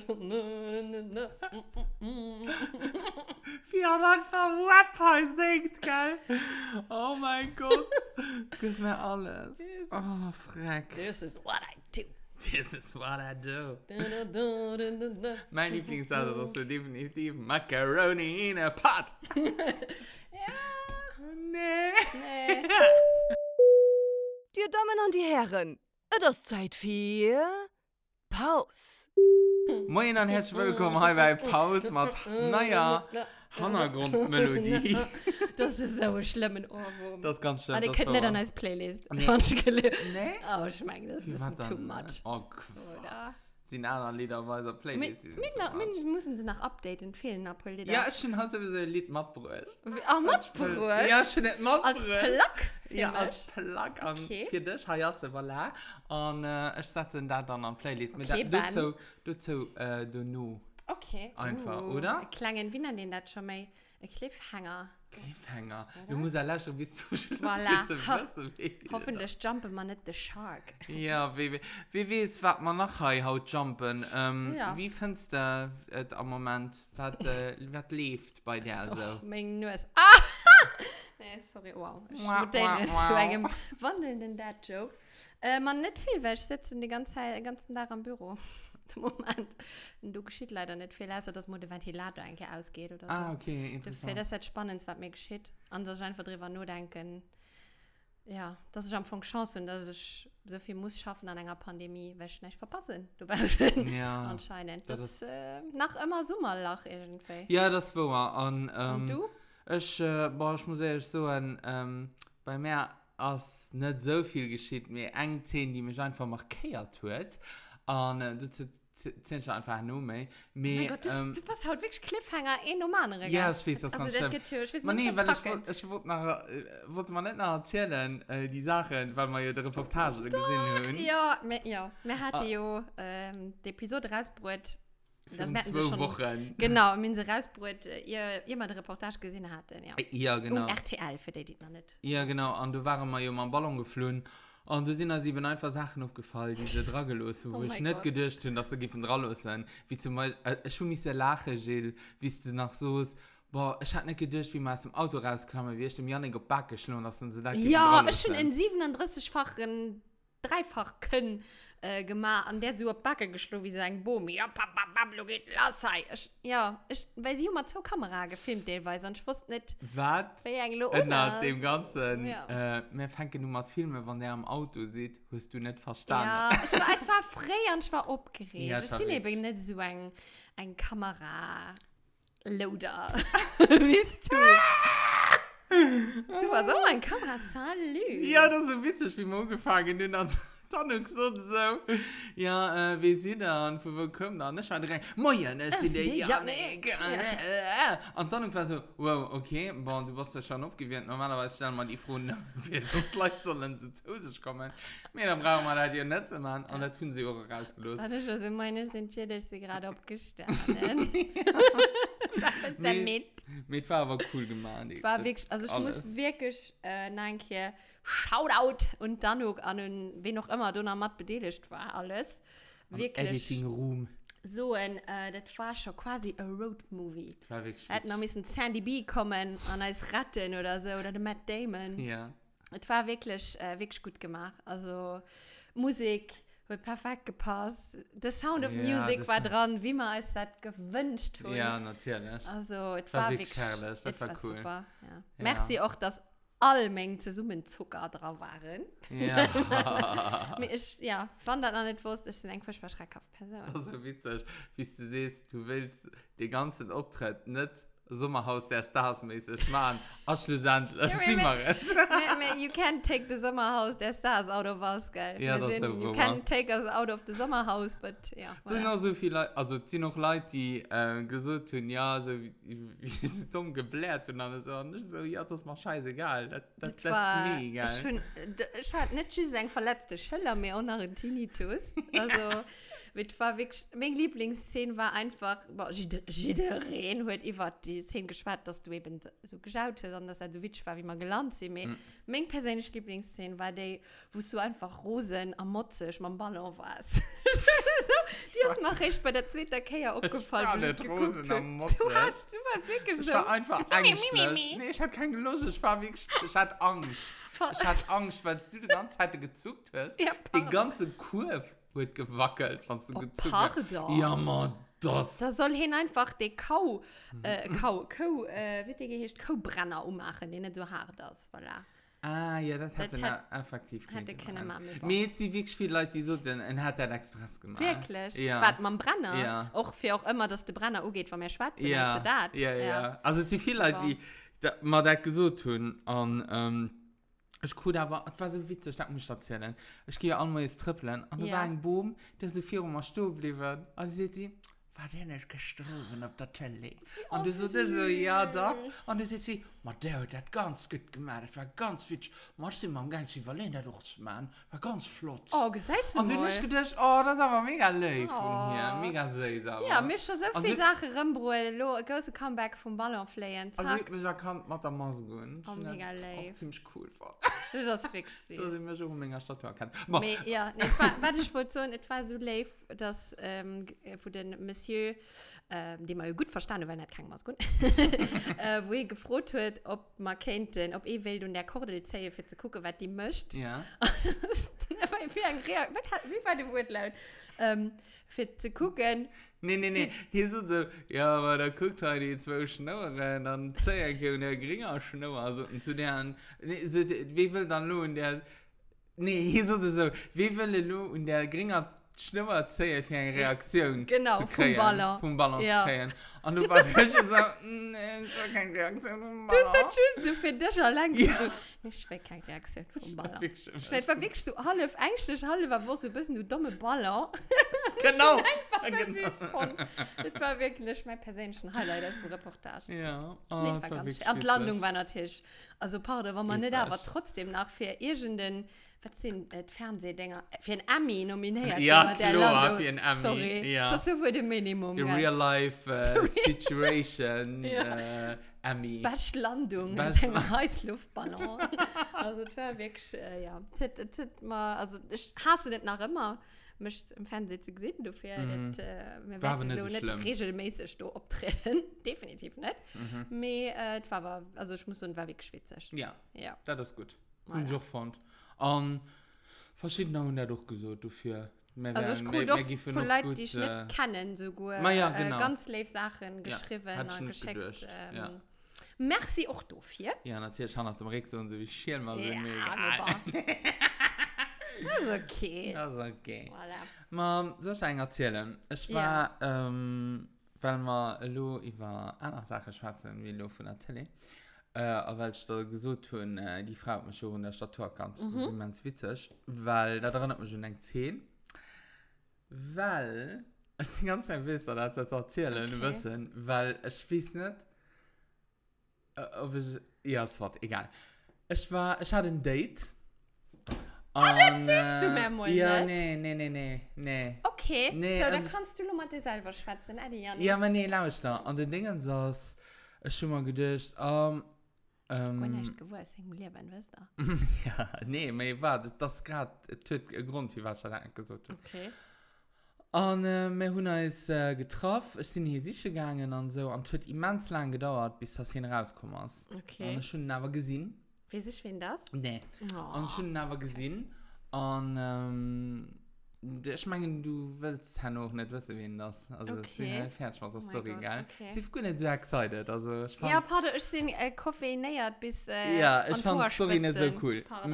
Wie er einfach Rapper singt, gell? Oh mein Gott. Gib mir alles. Oh, Freck. This is what I do. This is what I do. Mein Lieblingssatz ist so definitiv Macaroni in a pot. Ja. Nee. Die Damen und die Herren, es ist Zeit für Pause. Moin und herzlich willkommen hier bei Pause mit neuer Hintergrundmelodie. Das ist so ein schlimmer Ohrwurm. Das ist ganz schlimm. Aber die könnt nicht an als Playlist. Nee. Nee? Oh, ich meine, das ist ein bisschen too much. Oh, was? Die anderen Lieder auf unserer Playlist. Wir müssen sie noch updaten, fehlen noch ein Lieder. Ja, ich schon halt sowieso ein Lied mitgebracht. Ach, mitgebracht? Ja, schon nicht mitgebracht. Als Plug? Ja, als Plug an für dich, Hayasse, voilà. Und ich setze das dann an Playlist. Okay, Du nu. Okay. Einfach, oder? Klangen, wie nennen das schon mal? Ein Cliffhanger. Cliffhanger. Du musst ja lachen, bis zum Schluss wissen, hoffentlich jumpen wir nicht the shark. Ja, wie weiß, was man nachher haut jumpen. Ja. Wie findest du am Moment, was lebt bei dir so? Oh, mein Nuss. Nee, sorry, wow. Ich moderiere zu einem wandelnden Dad-Joke. Man nicht viel, weil ich sitze den ganzen Tag am Büro. Im Moment. Und du geschieht leider nicht viel, außer dass der Ventilator eigentlich ausgeht oder so. Ah, okay, interessant. Das ist halt spannend, was mir geschieht. Und dass ich einfach drüber nur denken, ja, dass ich am Anfang Chance und dass ich so viel muss schaffen an einer Pandemie, weil ich nicht verpassen. Du weißt ja, anscheinend. Das ist nach immer Sommerlach irgendwie. Ja, das war. Und du? Ich muss ehrlich sagen, bei mir ist nicht so viel geschieht, mir eng 10, die mich einfach markiert hat. Und das sind schon einfach nur mehr. Mein Gott, du passt halt wirklich Cliffhanger andere. Ja, ich weiß, das ganz schön. Ich weiß nicht, nee, weil ich wollte mal nicht noch erzählen, die Sachen, weil wir ja die Reportage gesehen haben. Ja, wir hatten ja die Episode rausgebracht. Das merken Sie schon. Wochen. Genau, wenn Sie rausgebracht, ihr mal die Reportage gesehen hatten. Ja, genau. Und RTL, für die noch nicht. Ja, genau. Und da waren wir ja mal einen Ballon geflogen. Und da sind eben einfach Sachen aufgefallen, die so dragelos sind, wo ich nicht gedacht habe, dass sie dragelos sind. Wie zum Beispiel, ich habe mich sehr lachen, Jill, wie es nach so ist. Boah, ich hatte nicht gedacht, wie man aus dem Auto rauskam, wie ich dem Janik auf Back geschlagen habe, dass sie da ja, ich schon in 37-fachen, Dreifachen gemacht, an der so auf Backe geschlagen, wie so ein Boom. Ja, Pablo geht los. Weil sie immer zur Kamera gefilmt teilweise und ich wusste nicht, was? Nach dem Ganzen, wir fangen nur mit Filmen, wenn der am Auto sieht, hast du nicht verstanden. Ja, ich war einfach frei und ich war aufgeregt. Ja, ich bin eben nicht so ein Kamera-Loader. Weißt du? Du warst auch ein Kamera-Salü. Ja, das ist so witzig, wie wir angefangen haben. Dann ist so. Ja, wie sind da und wo kommen da? Ich war direkt, moin, das ist der Janik. Und dann war so, wow, okay, bon, du warst ja schon abgewählt. Normalerweise stellen wir die Frauen, wie die Leute sollen so zu sich kommen. Mir dann brauchen wir das ja nicht zu machen. Und das tun sie auch rausgelöst. Das ist also meine Sinche, dass sie gerade abgestellt. Mit war aber cool gemacht. War wirklich, also ich muss wirklich danke. Shoutout und dann auch an wen auch immer Donnermatt beteiligt war alles. Wirklich. Editing Room. So ein, das war schon quasi ein Road-Movie. War wirklich hätten noch ein bisschen Sandy B kommen und als Ratten oder so oder der Matt Damon. Ja. Es war wirklich gut gemacht. Also Musik hat perfekt gepasst. The Sound of Music war dran, wie man es das gewünscht hat. Ja, natürlich. Also es war wirklich herrlich. Das war cool. Super. Ja. Merci auch, dass alle Mengen zusammen Zucker drauf waren. Ja. Ich fand das auch nicht wusste, ich bin ein furchtbar schreckhaft Person. Also witzig, wie du siehst, du willst den ganzen Auftritt nicht Sommerhaus der Stars mäßig machen. Schlussendlich, sie machen. You can't take the Sommerhaus der Stars out of us, gell? Ja, das ist so. You can't take us out of the Sommerhaus, but ja. Es sind auch so viele Leute, also es sind noch Leute, die gesagt haben, ja, so wie sie dumm gebläht und dann so, und ich so, ja, das ist mir scheißegal, das ist mir egal. Ich hatte nicht schon eine verletzte Schüler mehr und nach einem Tinnitus. Also, meine Lieblingsszene war einfach, jeder hat über die Szene gespart, dass du eben so geschaut hast und dass das so witzig war, wie man gelernt sind. Meine persönliche Lieblingsszene war die, wo du einfach Rosen am Motzig mit dem Ballon warst. Die hast ist mir recht bei der zweiten Kehr aufgefallen. war nicht Rosen am Motze. Du warst wirklich Ich so. war einfach ängstlich. Nee, ich hatte keine Lust. Ich hatte Angst. Ich hatte Angst, weil du die ganze Zeit gezuckt hast. Ja, die ganze Kurve wird gewackelt, wenn du gezuckt hast. Pardon. Ja, Mann, das. Da soll hin einfach die Kaubrenner ummachen, den nicht so hart ist. Voilà. Ah, ja, das hätte er effektiv hätte keine Mama mehr. Mir sind wirklich viele Leute, die so den hat er express gemacht. Wirklich? Ja. Was, man Brenner? Ja. Auch für auch immer, dass der Brenner umgeht, wenn wir schwarz sind. Ja. Ja. Also, es sind viele Leute, die mal das gesagt haben. Und, ich konnte aber, es war so witzig, das muss ich erzählen. Ich gehe einmal ins Trippeln und da war ein Baum, der so 4 Mal stehen geblieben. Und sie sagt, war der nicht gestorben auf der Tele? Und du sagst so, ja doch. Und dann sagt sie, der hat das ganz gut gemacht, das war ganz witzig. Machst du mal am Gang, sie verlieren das auch zu machen, war ganz flott. Oh, gesagt du und mal. Und dann habe ich gedacht, oh, das ist aber mega live von hier, mega süß. Ja, mir ist schon so viele Sachen rumbrüllen, große Comeback vom Ballonfliegen, zack. Also ich mich erkannt mit der Maske gehen. Oh, mega live. Auch ziemlich cool war. Das ist wirklich süß. Da sind wir schon mega Stadt erkannt. Ja, was ich wollte sagen, es war so live, dass von den Monsieur, den man gut verstanden, weil nicht kein Maske, wo er gefragt hat, ob man könnten, ob will und der Kordel zählt, für zu gucken, was die möchte. Ja. Wie war der Wortlaut? Für zu gucken. Nee. Hier ist so, ja, aber da guckt halt die 2 Schnauer, dann zählt er und der geringer Schnauer. Also, zu deren, wie will dann nur in der, hier ist so, wie will nur in der geringer Schnauer zählen für eine Reaktion genau, zu kriegen. Vom Ballon zu kriegen. Und du warst schon so, nee, ich will keine Reaktion vom Ballon. Du sagst schon, für dich allein. Ja. Ich will keine Reaktion vom Ballon. Vielleicht war wirklich so halb, eigentlich halb, war so ein bisschen du dumme Ballon. Genau. Einfach so süß von. Das war wirklich mein persönliches Highlight aus der Reportage. Ja. Oh, nee, war ganz schön. Und die Landung war natürlich, also pardon, war man nicht da, aber trotzdem nach für irgendeinen, was sind Fernsehdinger, für ein Emmy nominiert. Ja, klar, für ein Emmy. Sorry, ja. das ist so für das Minimum. The Real-Life Situation Emmy. Best Landung, das ist ein Heißluftballon. Also das war wirklich, ja. Also ich hasse das nach immer. Mich im Fernsehen zu sehen, dafür, wir werden nicht regelmäßig da auftreten. Definitiv nicht. Aber also ich muss sagen, war wirklich schwitzig. Ja, das ist gut. Voilà. Und ich auch fand. Und verschiedene haben da doch gesagt, dafür. Also ich gucke doch von Leuten, die ich nicht kennen, sogar ja, genau. Ganz live Sachen geschrieben und geschickt. Merci auch dafür. Ja, natürlich haben wir dem Rex und so wie Schirm mal so mega. Das ist okay. Das ist okay. Voilà. Man, soll ich eigentlich erzählen? Ich war, weil wir über andere Sachen schwatzen, wie von der Tele. Weil ich da gesagt habe, die Frau hat mich schon in der Stadt erkannt. Das ist ganz witzig, weil da dran hat man schon eine 10. Weil, ich die ganze Zeit weiß, dass ich das erzählen müssen, weil ich weiß nicht, ob ich, ja, es war egal. Ich hatte ein Date. Das siehst du mir mal ja, nicht. Nee. Okay, nee, so, dann kannst du nur mal dir selber schwätzen, Adiane. Ja, aber nee, lausch da. Und den Dingen saß ich schon mal gedacht, ich hab nicht gewusst, ich muss lieber weißt du. Ja, nee, aber warte, das ist gerade ein Grund, wie was ich da gesagt habe. Okay. Und wir haben uns getroffen, ich bin hier sicher gegangen und so, und es hat immens lang gedauert, bis das hier rausgekommen ist. Okay. Und ich habe ihn aber gesehen. Wie ich wen das? Nee. Oh. Und ich habe ihn aber gesehen. Und ich meine, du willst ja noch nicht wissen, wen das. Also, okay. Ich fertig mit der Story, God, gell? okay. Sie ist gar nicht so excited. Also, ich fand, ja, pardon, ich bin koffeiniert bis. Ja, ich fand die Story nicht so cool. Pardon.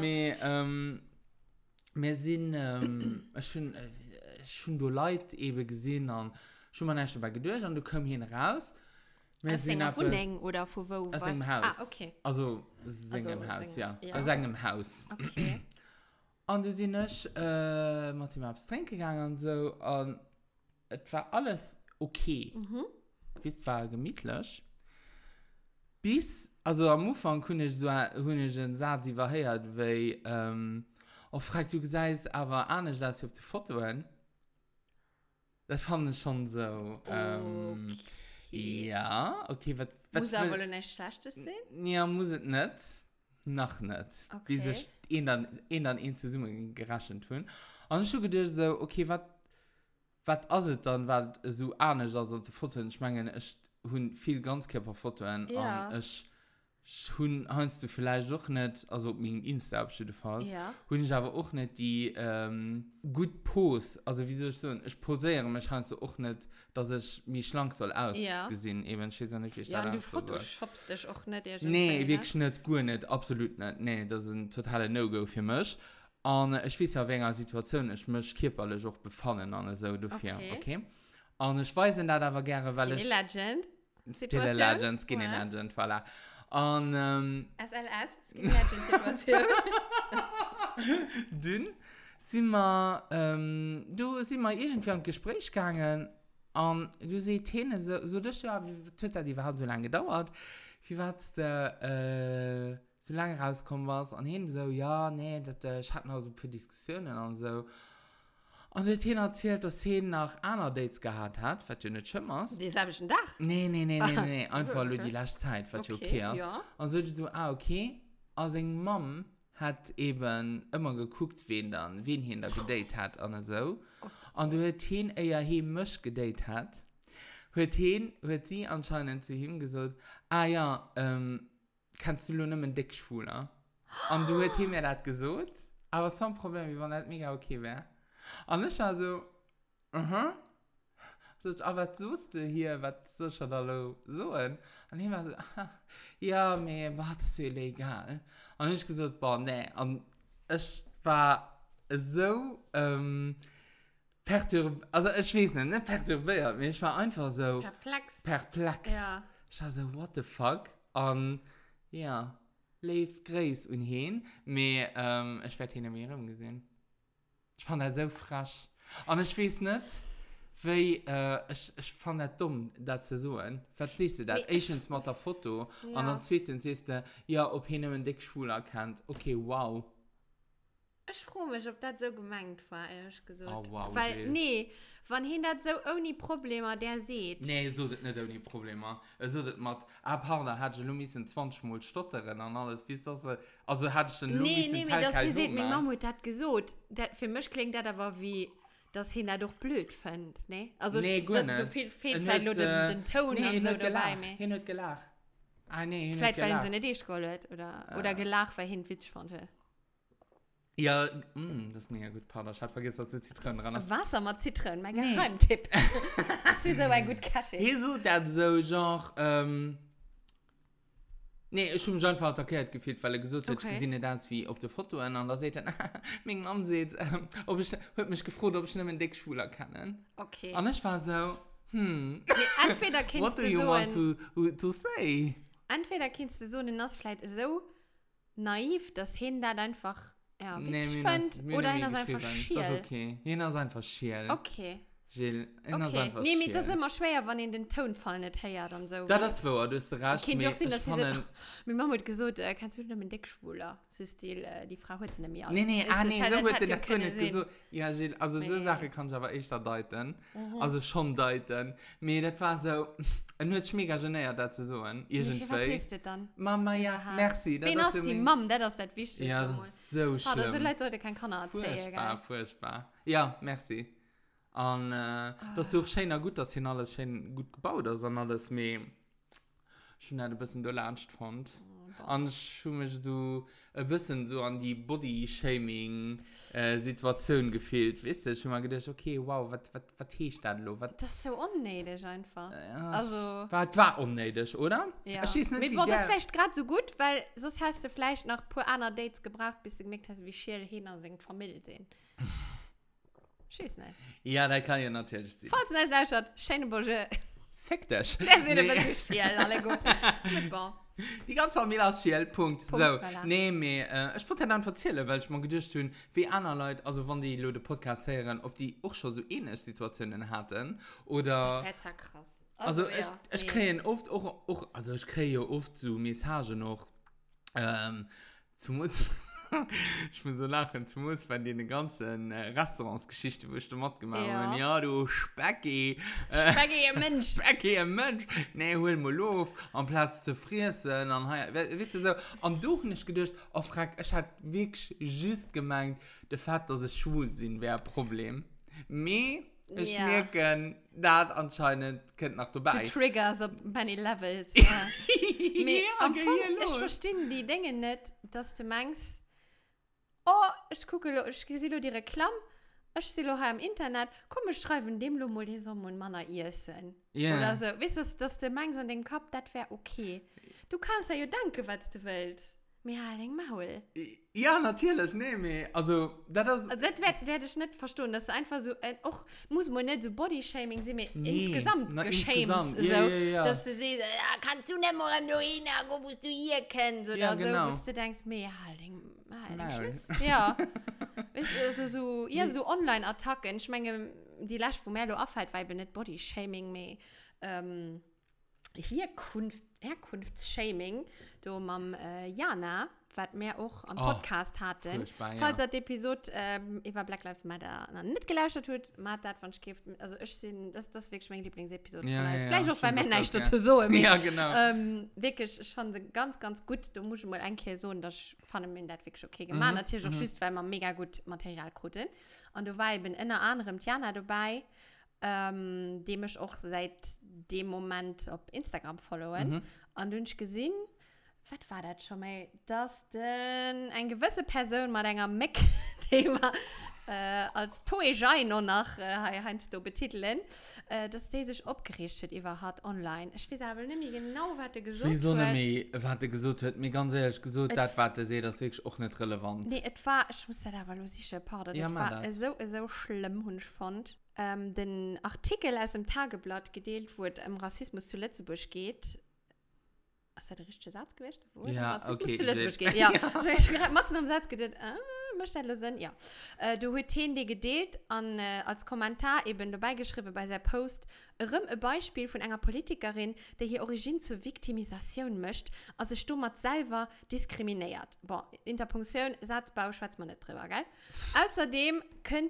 Wir sind schon du Leute eben gesehen und schon mal nicht dabei gedurcht und du kommst hier raus. Wir sind auf Wohnung oder von wo? Aus einem Haus. Ah, okay. Also, singen im Haus, ja. Ja. Aus einem Haus. Okay. Und du sind nicht mit ihm aufs Trinken gegangen und so und es war alles okay. Es war gemütlich. Bis, also am Anfang konnte ich so einen Satz überhört, weil, fragt du gesagt, aber auch nicht, dass ich auf die Foto bin. Das fand ich schon so, Okay. ja, okay, was muss er wohl nicht schlechtes sein? Ja, muss es nicht. Noch nicht. Okay. Wie sich ihn dann in zusammen geraschen tun. Und ich habe gedacht so, okay, was was ist es dann, was so anders als die Fotos? Ich meine, ich habe viel Ganzkörperfotos Ja. und ich hast du vielleicht auch nicht, also auf meinem Insta auf jeden Fall, Ja. und ich aber auch nicht die gut Pose, also wie soll ich sagen, ich posere mich halt so auch nicht, dass ich mich schlank soll ausgesehen, eben, ich weiß auch nicht, wie ich Ja, das und du ausdrücke. photoshoppst dich auch nicht irgendwie. Nee, wirklich nicht, gut nicht, absolut nicht, nee, das ist ein totaler No-Go für mich. Und ich weiß ja, wegen einer Situation, ich mich körperlich auch befangen und so dafür, okay? Und ich weiß nicht aber gerne, weil ich... Legend. Stille Legend, Skinny Legend, voilà. Und SLS, Skinny Legend Situation. Dann sind wir irgendwie ein Gespräch gegangen und du siehst hin, so das ja, wie Twitter, die überhaupt so lange gedauert, wie war es da so lange rauskommen was und hin so, ja, nee, ich hatte noch so ein paar Diskussionen und so. Und der Tina erzählt, dass er nach einer Dates gehabt hat, was du nicht schon machst. Das habe ich einen Dach. Nee. Einfach nur die letzte Zeit, was okay ist. Ja. Und so du, okay. Also seine Mom hat eben immer geguckt, wen hin da gedatet hat und so. Und du hast ihn eher mich gedatet hat. Hat sie anscheinend zu ihm gesagt, ja, kannst du nur nicht mehr dick schwuler? Und du hast ihm mir das gesagt. Aber so ein Problem, wie wenn das mega okay wäre. Und ich war so, so, aber was suchst du hier, was soll ich da so? Und ich war so, ja, mir war das so illegal. Und ich gesagt, boah, nee. Und ich war so, also ich weiß nicht perturbiert, aber ich war einfach so perplex. Ja. Ich war so, what the fuck? Und ja, lief Grace und hin, aber ich werde ihn nicht mehr rumgesehen. Ich fand das so frisch. Und ich weiß nicht, wie, ich fand das dumm, das zu sagen. Was siehst du das? Erstens mit dem Foto. Ja. Und dann zweitens siehst du, ja, ob ihn einen dick schwul erkennt. Okay, wow. Ich frage mich, ob das so gemeint war, ehrlich gesagt. Oh, wow. Weil, nee, wenn ihn das so ohne Probleme der sieht. Nee, so das nicht ohne Probleme. So das mit, pardon, hat ich nur ein bisschen 20 Mal stottern und alles, bis das, also hat ich schon nur ein bisschen Teil das sieht, meine Mama hat gesagt. Für mich klingt das aber wie, dass ihn da doch blöd fand, ne? Also, nee, gut nicht. Du fehlt vielleicht nur den Ton und so dabei. Nee, nicht gelacht. Nee, vielleicht, weil sie nicht geschollt oder gelacht, weil ihn witzig fand. Ja, das ist mega gut, Pardon. Ich hatte vergessen, dass du Zitronen dran hast. Wasser mit Zitronen, mein Geheimtipp. Das ist so ein gut Kaffee. Hier so, das so, genre, nee, ich habe mich einfach attackiert gefühlt, weil er gesagt hat, ich gesehen das wie auf dem Foto und dann sagt er, mein Mann sieht, hat mich gefragt, ob ich nicht mehr dick schwuler kann. Okay. Und ich war so, entweder kannst what do you want to say? Entweder kannst du so eine Nass vielleicht so naiv, dass hin da einfach ja, witzig fand, oder einer ist einfach schiel. Das ist okay. Einer ist einfach schiel. Okay. Jill, okay. Nee, das ist immer schwer, wenn in den Tonfall nicht hört und so. Das ist wahr, du hast recht. Okay, doch sehen, dass sie so, meine Mama hat gesagt, kannst du nicht mit dick schwuler? So ist die Frau hat es nicht mehr. Nee, so wird er das nicht gesagt. Ja, Jill, also so Sachen kann ich aber echt deuten. Also schon deuten. Aber das war so, nur ist mega geniert, das zu sagen. Irgendwie. Was ist das dann? Mama, ja, merci. Wen hast die Mom, das ist das Wichtigste. Ja, das ist so schlimm. Also Leute sollte kein Kanal erzählen. Furchtbar. Ja, merci. Und das ist auch schön gut, dass hier alles schön gut gebaut ist und alles mehr schon ein bisschen dollarscht fand. Und ich habe mich so ein bisschen so an die Body-Shaming-Situation gefühlt. Weißt du, ich habe mir gedacht, okay, wow, was heißt das lo? Das ist so unnötig einfach. Ja, also, war unnötig, oder? Ja. Ich weiß nicht, wie das vielleicht gerade so gut, weil sonst hast du vielleicht noch ein paar andere Dates gebraucht, bis du gemerkt hast, wie schön Hina seine Familie sind. Schieß nicht. Ja, das kann ja natürlich sein. Falls du das ausschaut, schöne Bonjour. Fick dich. Der sind ein bisschen schiel, alle gut. Bon. Die ganze Familie ist schiel, Punkt. So, voilà. Nee, ich wollte dann erzählen, weil ich mir gedacht habe, wie andere Leute, also wenn die Leute Podcast hören, ob die auch schon so ähnliche Situationen hatten. Oder. Das wäre ja krass. Also ich kriege oft auch, also ich kriege oft so Messagen noch, ich muss so lachen, zumindest bei den ganzen Restaurantsgeschichten, wo ich da mitgemacht habe. Ja, du Specki. Specki, Mensch. Specki, Mensch. Nee, hol mal auf, am Platz zu fressen. Und, weißt du so, und du hast nicht gedacht, oh, frag, ich hatte wirklich just gemeint, der Fakt, dass es schwul sind, wäre ein Problem. Aber Ich merke, das anscheinend könnte noch dabei. Die Trigger, so many levels. Ja. Ich verstehe die Dinge nicht, dass du meinst, oh, ich sehe die Reklame, ich sehe auch im Internet, komm, ich schreibe dem mal die so ein Mann essen. Yeah. Oder so. Weißt du, dass du meinst an den Kopf, das wäre okay. Du kannst ja danken, was du willst. Mir halt den Maul. Ja, natürlich, nee, also das werde ich nicht verstehen, das ist einfach so, auch muss man nicht so Body-Shaming sehen, insgesamt geschämt, so, dass du siehst, kannst du nicht mal im Noina, wo musst du hier kennen, oder ja, genau. So, wo du denkst, mir halt den Schluss, ja, weißt du, so Online-Attacken, ich meine, die Lasch von Merlo aufhält, weil wir nicht Body-Shaming mehr, Herkunftsshaming, du mam Jana, was wir auch am Podcast hatten. Falls das die Episode über Black Lives Matter nicht gelauscht hat, hat das von Skift, also ich sehe, das ist wirklich meine Lieblingsepisode. Ja, vielleicht auch, weil Männer nicht dazu so. Ja, genau. Wirklich, ich fand es ganz, ganz gut. Du musst mal ein Kehr so, das fand ich das wirklich okay gemacht. Natürlich auch schüss, weil man mega gut Material kriegt. Und du war eben in anderem Jana dabei, dem ich auch seit dem Moment auf Instagram followen. Und du hast gesehen, was war das schon mal? Dass denn eine gewisse Person mit einem Mac-Thema als Toy-Jai noch nach Heinz du betiteln, dass die sich abgerichtet hat online. Ich weiß aber nicht mehr genau, was er gesagt hat. Wieso nicht mehr, was er gesagt hat? Mir ganz ehrlich gesagt, das, was er sagt, das ist wirklich auch nicht relevant. Nee, es war, ich muss das aber sicher pardon, ja, es war so schlimm, und ich fand. Den Artikel aus dem Tageblatt gedeelt wurde, Rassismus zu Lützeburg geht. Ist das der richtige Satz gewesen? Ja, Rassismus okay. Zu Lützeburg geht. Ja, ich habe gerade am Satz gedacht, möchte ich lösen? Ja. Du hast die gedeelt und als Kommentar eben dabei geschrieben bei seinem Post, ein Beispiel von einer Politikerin, die hier Origin zur Viktimisation möchte, also Stummat selber diskriminiert. Boah, Interpunktion, Satzbau, schwätzt man nicht drüber, gell? Außerdem kennt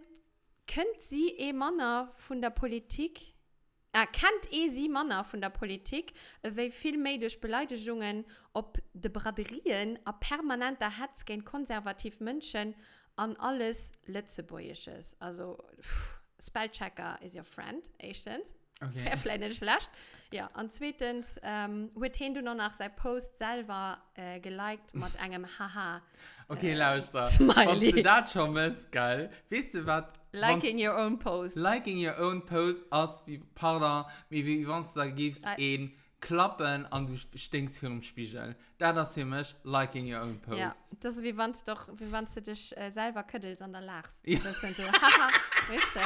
sie Männer von der Politik, kennt sie Männer von der Politik, weil viel mehr durch Beleidigungen ob die Braderien a permanenter Hetz gegen konservativ Menschen an alles Letztebäuisches. Also, Spellchecker is your friend, erstens. Okay. Vielleicht nicht schlecht. Ja, und zweitens, hat du noch nach seinem Post selber geliked mit einem Haha. Okay, lausch da. Smiley. Ob du das schon bist, geil. Weißt du was? Liking your own post. Liking your own post, als wie, pardon, wie wenn du da gibst, ein Klappen und du stinkst für den Spiegel. Das ist für mich liking your own post. Ja, das ist wie wenn du dich selber küddelst und dann lachst. Ja. Das sind so, haha, weißt du?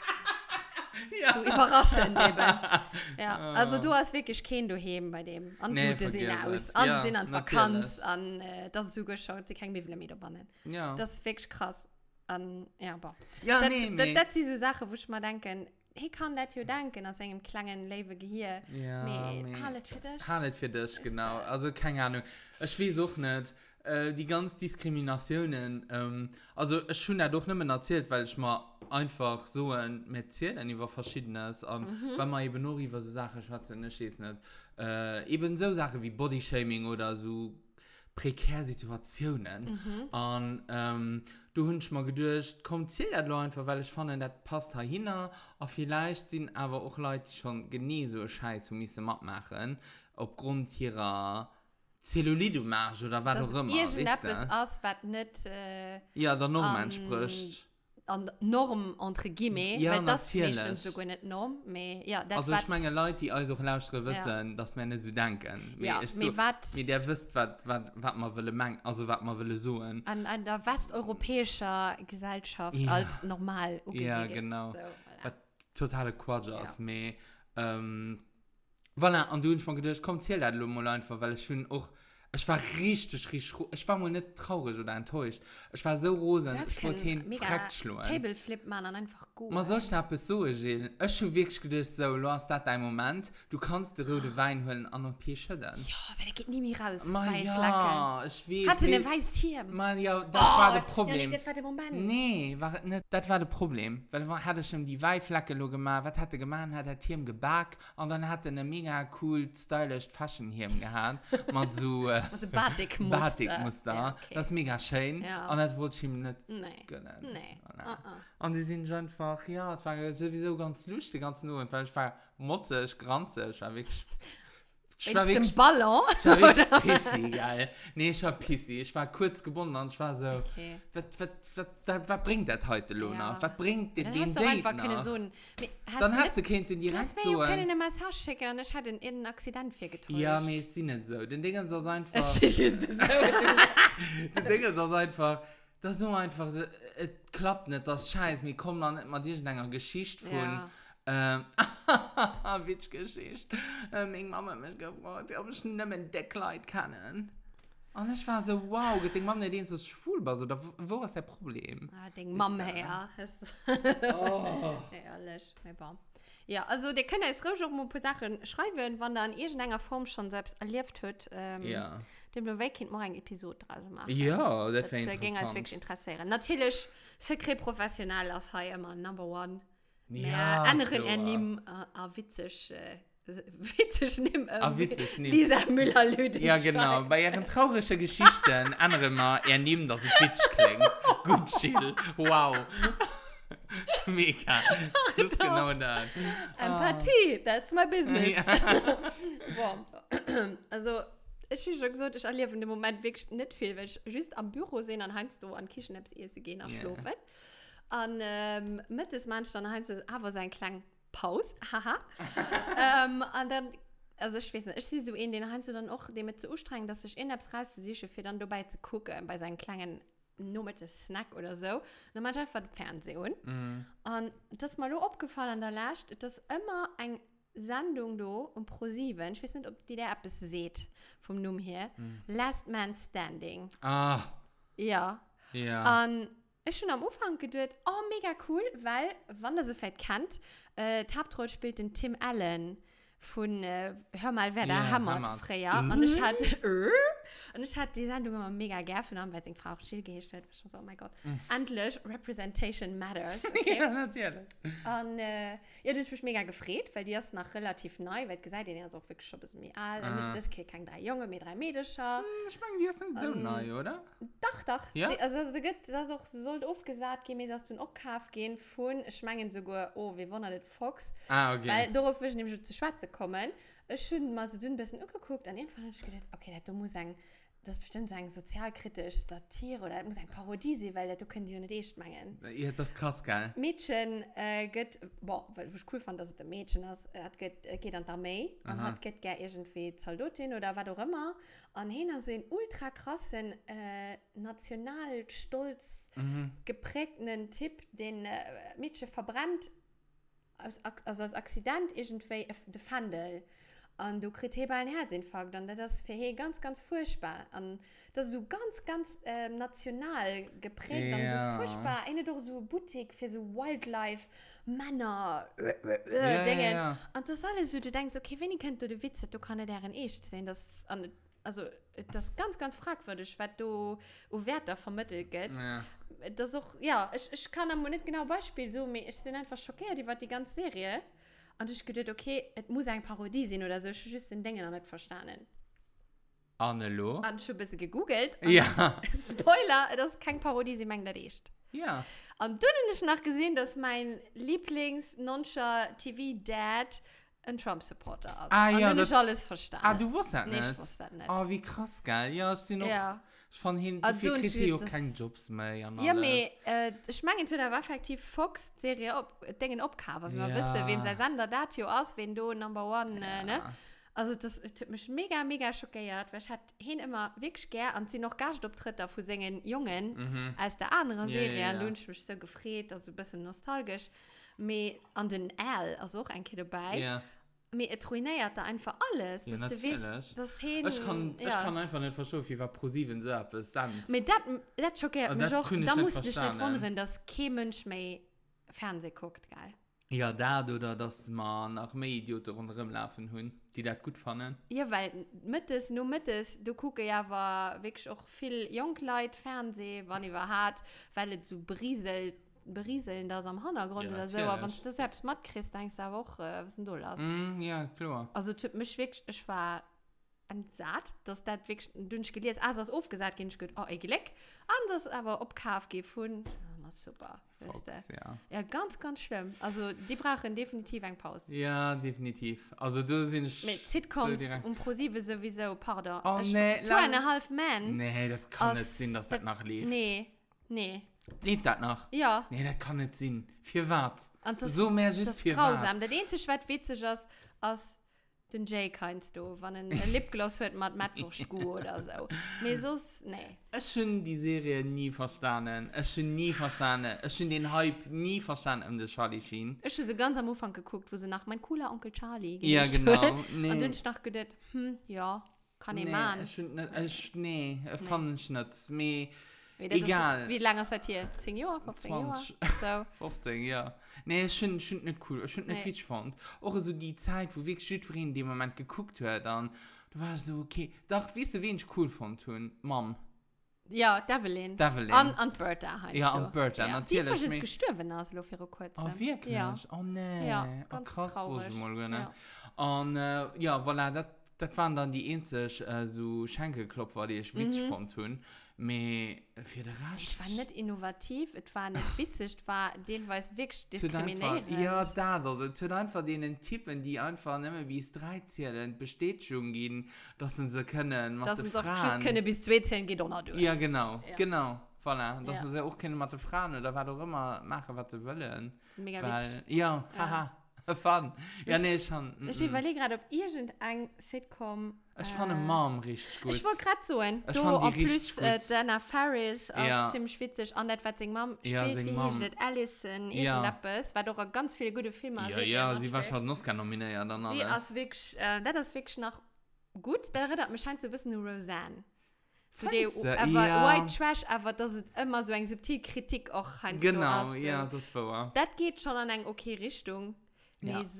Ja. So überraschend eben. Ja, also du hast wirklich keinen daheim bei dem. Und nee, du sehen aus. Und ja, sind an Vakanz. Und das ist so geschaut, sie können wie viele Meter bannen. Ja. Das ist wirklich krass. Und ja, aber. Ja, das sind so Sachen, wo ich mal denke, ich kann das ja denken, aus einem kleinen Leben hier. Ja, Hallet für dich. Hallet für dich, genau. Also keine Ahnung. Ich weiß auch nicht. Die ganzen Diskriminationen, also ich habe ja doch nicht mehr erzählt, weil ich mal einfach so mit Zählen über Verschiedenes und wenn man eben nur über so Sachen schwätzt, ich weiß nicht, eben so Sachen wie Bodyshaming oder so prekäre Situationen und du hast mal gedacht, komm, zähl das einfach, weil ich fand, das passt da hin und vielleicht sind aber auch Leute, die schon nie so Scheiß müssen mitmachen, aufgrund ihrer Zellulite-Marge oder was auch immer. Das ist irgendetwas aus, was nicht ja, der Norm entspricht. An Norm, entre guillemets, ja, weil das ist nicht sogar nicht Norm. Aber, ja, also ich meine, Leute, die also auch lauschen, wissen, ja, dass wir nicht so denken. Ja, aber der wisst, was man will, also was man will suchen. An der westeuropäischen Gesellschaft ja, als normal. Ja, genau. So, voilà. Was totale Quatsch ist. Aber, voilà, und du hast mal gedacht, komm, zähl das mal einfach, weil ich schon auch, ich war richtig, ich war mal nicht traurig oder enttäuscht. Ich war so rosen, ich wollte ihn direkt schlagen. Tableflip man dann einfach gut. Man soll es so, Gilles. Ich habe wirklich gedacht, so, du hast das dein Moment, du kannst den roten Wein holen und noch Bier schütten. Ja, weil der geht nie mehr raus. Ja, ich weiß. Hatte eine weiße Tier. Ja, das war das Problem. Ja, nee, das war der Moment. Nee, das war das Problem. Weil man hatte schon die Weihflagge gemacht. Was hat er gemacht? Hat er Tier gebackt und dann hat er eine mega cool, stylisch Fashion hier gehabt. Mit so Also Batik-Muster. Batik-Muster. Ja, okay. Das ist mega schön. Ja. Und das wollte ich ihm nicht Nee. gönnen. Nee. Und die sind einfach, ja, es war sowieso ganz lustig, ganz nur. Weil ich war motzig, granzig, ich war wirklich... Ich war wirklich Ballon. Ich war wirklich pissy, geil. Nee, ich war pissy. Ich war kurz gebunden und ich war so, Okay. was bringt das heute, Luna? Ja. Was bringt den Dann Date hast du einfach keine noch? so ein... Dann hast du Kind direkt Das so wäre ja ein... keine Massage schicken und ich hatte einen Accident für getäuscht. Ja, mir ist sie nicht so. Den Ding ist das einfach... Es ist just so. Den Ding ist das einfach... Das ist so einfach... Es klappt nicht, das Scheiß. Wir kommen dann nicht mal dir in einer Geschichte von... Ja. Witz-Geschichte. Meine Mama hat mich gefragt, ob ich nicht mehr ein Deckkleid kann. Und ich war so, wow, ich denke, Mama, die ist so schwul, also, wo ist das Problem? Ah, den Mama her. Oh. Ehrlich. Ja, also der kann jetzt ruhig auch mal ein paar Sachen schreiben, wenn er in irgendeiner Form schon selbst erlebt hat. Ja. Dem du Kind mal eine Episode draus machen. Ja, das wäre Das ging als wirklich interessieren. Natürlich, sekret professionell als High immer Number One. Ja, anderen klar. nehmen witzig nehmen witzig nehmen. Lisa Müller-Lüding. Ja, genau. Bei ihren traurigen Geschichten, andere mal, nehmen, dass es witzig klingt. Gut, chill. Wow. Mega. Das ist genau das. Empathie, that's my business. Ja. Wow. Also, ich habe schon gesagt, ich erlebe in dem Moment wirklich nicht viel, weil ich just am Büro sehe, dann heinst du an Küchenapps gehen nach Schlafen. Und mit des Menschen dann heinst du aber sein Klang Pause, haha. Und dann, also ich weiß nicht, ich sehe so in den heinst du dann auch damit zu anstrengen, dass ich in Apps rauszusicher für dann dabei zu gucken, bei seinen Klangen nur mit dem Snack oder so. Dann mach ich einfach Fernsehen. Und das ist mal so aufgefallen an der Last, dass immer ein Sendung da um Pro7, ich weiß nicht, ob die der App es seht, vom Namen her, Last Man Standing. Ah. Ja. Ja. Und ich schon am Anfang gedacht, oh, mega cool, weil, wenn ihr sie vielleicht kennt, Hauptrolle spielt den Tim Allen von Hör mal, wer da hammert, Freya. Und ich hatte die Sendung immer mega gerne, weil ich Frau auch still gestellt habe. Ich so, oh mein Gott, endlich, Representation matters. Okay? Ja, natürlich. Und ja, du hast mich mega gefreut, weil die ist noch relativ neu, weil gesagt, die ist auch wirklich schon ein bisschen mehr alt. Und das Kind kann 3 Junge, mit 3 Mädchen. Ich meine, die ist nicht so neu, oder? Doch. Ja? Also, das ist auch, sollte oft gesagt, dass du in Obkauf gehen von, ich meine sogar, oh, wir wollen nicht Fox. Ah, okay. Weil darauf will ich nämlich zu Schwarze kommen. Ich habe mal so ein bisschen angeguckt und irgendwann habe ich gedacht, okay, das muss sagen, das ist bestimmt sagen sozialkritisch, Satire oder das muss eine Parodie sein, weil das können die nicht echt meinen. Ja, das ist krass, geil. Mädchen geht, weil ich cool fand, dass es ein Mädchen ist, geht an der Armee und geht gerne irgendwie Soldatin oder was auch immer. Und hier so einen ultra krassen, nationalstolz geprägten Tipp, den Mädchen verbrannt, also als Accident irgendwie der Fandel. Und du kriegst hier einen Herzinfarkt und das ist für hier ganz, ganz furchtbar. Und das ist so ganz national geprägt und so furchtbar. Eine doch so Boutique für so Wildlife, Männer, Dinge. Ja. Und das alles so, du denkst, okay, wenn ich kennt du die Witze, du kannst deren echt sehen. Das, also, das ist ganz, ganz fragwürdig, was du Wert da vermittelt geht. Ja. Das ist auch, ja, ich kann aber nicht genau Beispiel so, aber ich bin einfach schockiert über die ganze Serie. Und ich gedacht, okay, es muss eine Parodie sein oder so. Ich habe just den Dingen noch nicht verstanden. Annelo? Und ich habe ein bisschen gegoogelt. Ja. Spoiler, das ist keine Parodie, sie meint das echt. Ja. Und dann habe ich noch gesehen, dass mein Lieblings-Noncha-TV-Dad ein Trump-Supporter ist. Ah, und ja. dann habe ich alles verstanden. Ah, du wusstest das nicht? Nee, ich wusste das nicht. Oh, wie krass, geil. Ja, ich bin noch... Ja. Von hinten, Also, du kriegst hier auch keine Jobs mehr. Ja, aber ich meine, da war effektiv Fox-Serie Dinge abgehauen, wie man wissen, wem sein Sender das hier aus, wenn du Number One, ne? Also, das hat mich mega, mega schockiert, weil ich hatte ihn immer wirklich gern und sie noch gar nicht auftritt, davon singen Jungen als der andere Serie. Und ich mich so gefreut, also ein bisschen nostalgisch. Aber an den L, also auch ein Kind dabei. Ja. Mir ruiniert da einfach alles. Ja, dass natürlich. Du weißt, dass hin, ich kann einfach nicht verstehen, wie war ProSieben so etwas sanft. Das schockiert mich auch. Da musste ich nicht wundern, dass kein Mensch mehr Fernsehen guckt, geil. Ja, da oder dass man nach mehr Idioten rundherum laufen haben, die das gut fanden. Ja, weil du guckst ja aber wirklich auch viel Jungleute Fernsehen, wann ich war hart, weil es so berieseln das am Hintergrund oder so, aber wenn du das selbst mitkriegst, denkst du auch, was ist denn da los? Ja, klar. Also, mich wirklich, ich war entsagt, dass das wirklich dünn gelesen ist. Also, das aufgesagt, ging ich gut, oh, ich leck. Anders aber ob KFG gefunden. Oh, super. Fox, ja. Ja, ganz, ganz schlimm. Also, die brauchen definitiv eine Pause. Ja, definitiv. Also, du sind mit Sitcoms und ProSieben sowieso, pardon. Oh, nee. 2,5 Men. Nee, das kann nicht sein, dass das noch lebt. Nee. Lief das noch? Ja. Nee, das kann nicht sein. Für was? Das, so mehr just das für ist was? grausam. Das einzige, was witzig ist, als den Jay kennst du, wenn ein Lipgloss hört mit Mettwurst oder so. Aber sonst, nee. Ich finde die Serie nie verstanden. Ich finde den Hype nie verstanden um den Charlie Sheen. Ich habe sie ganz am Anfang geguckt, wo sie nach mein cooler Onkel Charlie ja, genau. Nee. Und dann habe ich noch gedacht, ja, kann ich machen. Ich fand es nicht. Mehr egal. Ist, wie lange ist das hier? 10 Jahre? 15 Jahre? So. 15, ja. Nee, ich finde nicht cool. Ich finde nicht witzig fand. Auch so die Zeit, wo wirklich Südfrieden in dem Moment geguckt hat, dann du warst so, okay. Doch, weißt du, wen ich cool fand? Mom. Ja, Devlin. Und Bertha heißt ja, und Bertha, ja. natürlich. Die ist jetzt gestorben, also für ihre kurze. Oh, wirklich? Ja. Oh, nee. Ja, ganz krass, traurig. Mal, ne? Ja. Und ja, voilà, das waren dann die einzigen so Schenkelklopfer, die ich witzig fand. Aber für den Rest... Es war nicht innovativ, es war nicht witzig, es war teilweise wirklich diskriminierend. Ja, das tut einfach denen Typen, die einfach nicht mehr bis 3 zählen, Bestätigung geben, dass sie können mit dass den sie doch Frauen... können bis 2 zählen geht auch noch durch. Ja, genau. Voilà. Dass sie auch keine mit den Frauen oder was auch immer machen, was sie wollen. Mega witzig. Ja, haha. Fun. Ja, nee, schon. Ich überlege gerade, ob irgendein Sitcom... Ich fand eine Mom richtig gut. Ich wollte gerade so ein. Ich fand die richtig gut. Dana Ferris, ja. Ziemlich witzig. Und das, was seine Mom spielt, ja, wie hieß das? Alison, irgendetwas. War doch ganz viele gute Filme. Ja, sie war schon noch keine nominiert. Sie ist wirklich, das ist wirklich noch gut. Das erinnert mich scheint so ein bisschen an Roseanne. Zu der White Trash, aber das ist immer so eine subtile Kritik auch. Genau, ja, das war. Das geht schon in eine okay Richtung. Ja. Nee,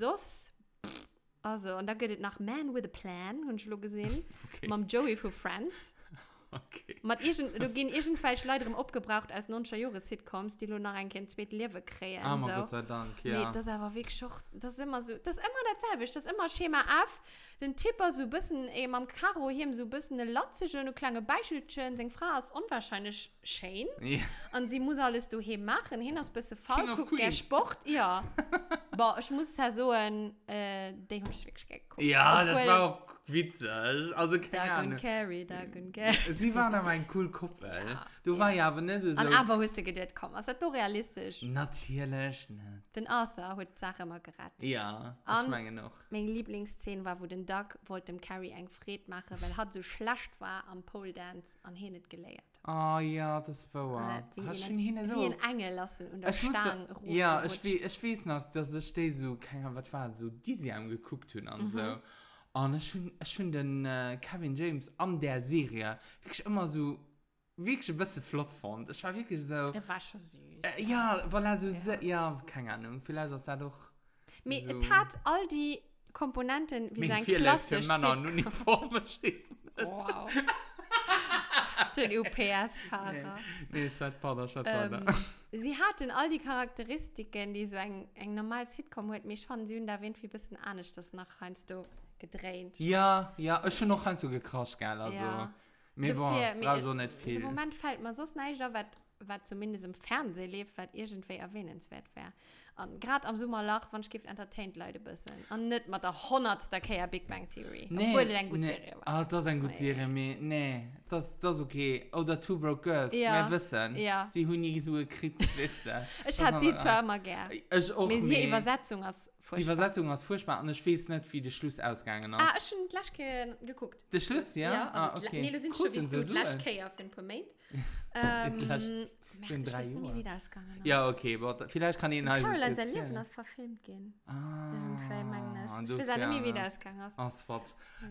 also, und da geht es nach Man with a Plan, habe ich schon gesehen. Okay. Mit Joey von Friends. Okay. Du gehen irgendwelche Leute abgebraucht als 90er-Jahre-Sitcoms, die nur noch ein zweites Leben kriegen. So. Gott sei Dank, ja. Nee, das ist aber wirklich schon, das ist immer so, das ist immer dasselbe, das ist immer Schema F. Den Tipper so ein bisschen, eben am Karo hier so ein bisschen eine Latzige, eine kleine Beischelchen, seine Frau ist unwahrscheinlich schön. Ja. Und sie muss alles daheim machen, hin ist ein bisschen faul, guckt der Sport, ja. Aber ich muss ja so ein, den habe ich wirklich geguckt. Ja, obwohl, das war auch witzig. Also keine Ahnung. Doug und Carrie. Sie waren aber ein cool Couple. Ja, du war ja aber nicht so... Und aber hast du gedacht, komm, ist das doch realistisch? Natürlich nicht. Den Arthur hat die Sache immer gerettet. Ja, ich meine noch. Meine Lieblingsszene war, wo den Doug wollte dem Carrie ein Fried machen, weil er so schlecht war am Pole Dance und er nicht gelehrt. Oh ja, das war wahr. Hast du ihn so... Wie ein Engel lassen und der Stange ruft. Ja, ich weiß noch, dass ich so, keine Ahnung, was war, so diese haben geguckt und so. Und ich finde den Kevin James an der Serie wirklich immer so wirklich ein bisschen flott fand. Ich war wirklich so... Er war schon süß. Ja, weil er so... Ja, keine Ahnung, vielleicht ist er doch... Es hat all die Komponenten wie sein klassisches Männer in Uniform schießen. Wow. Den UPS-Fahrer. Nee, es war Pader, sie hatten all die Charakteristiken, die so ein normales Sitcom hat. Mich fand sie da irgendwie ein bisschen anders, das nach Heinz du gedreht. Ja, ist schon noch Heinz so gekrascht, gell? Also, ja. Mir war so nicht viel. Im Moment fällt mir so nicht, was zumindest im Fernsehen lebt, was irgendwie erwähnenswert wäre. Und gerade am Sommerloch, wenn ich entertained Leute ein bisschen. Und nicht mit der 100. Kehr Big Bang Theory. Nee, obwohl das eine gute Serie war. Ah, das ist eine gute Serie, aber nee, das ist okay. Oder Two Broke Girls, ja. Wir wissen. Ja. Sie haben nie so gekriegt, wisst ihr. Ich hatte sie zwar immer gern. Ich auch nicht. Die Übersetzung ist furchtbar. Die Übersetzung ist furchtbar und ich weiß nicht, wie der Schluss ausgegangen ist. Ich habe gleich geguckt. Der Schluss, ja? Ja, also okay. Nee, du siehst schon, wie du gleich auf den Moment. Ich bin 3 Jahre. Wie das gegangen ist. Ja, okay, aber vielleicht kann ich ihn halt Caroline, sein Leben ist verfilmt gehen. Ich weiß nicht, wie das gegangen ist. Asphalt.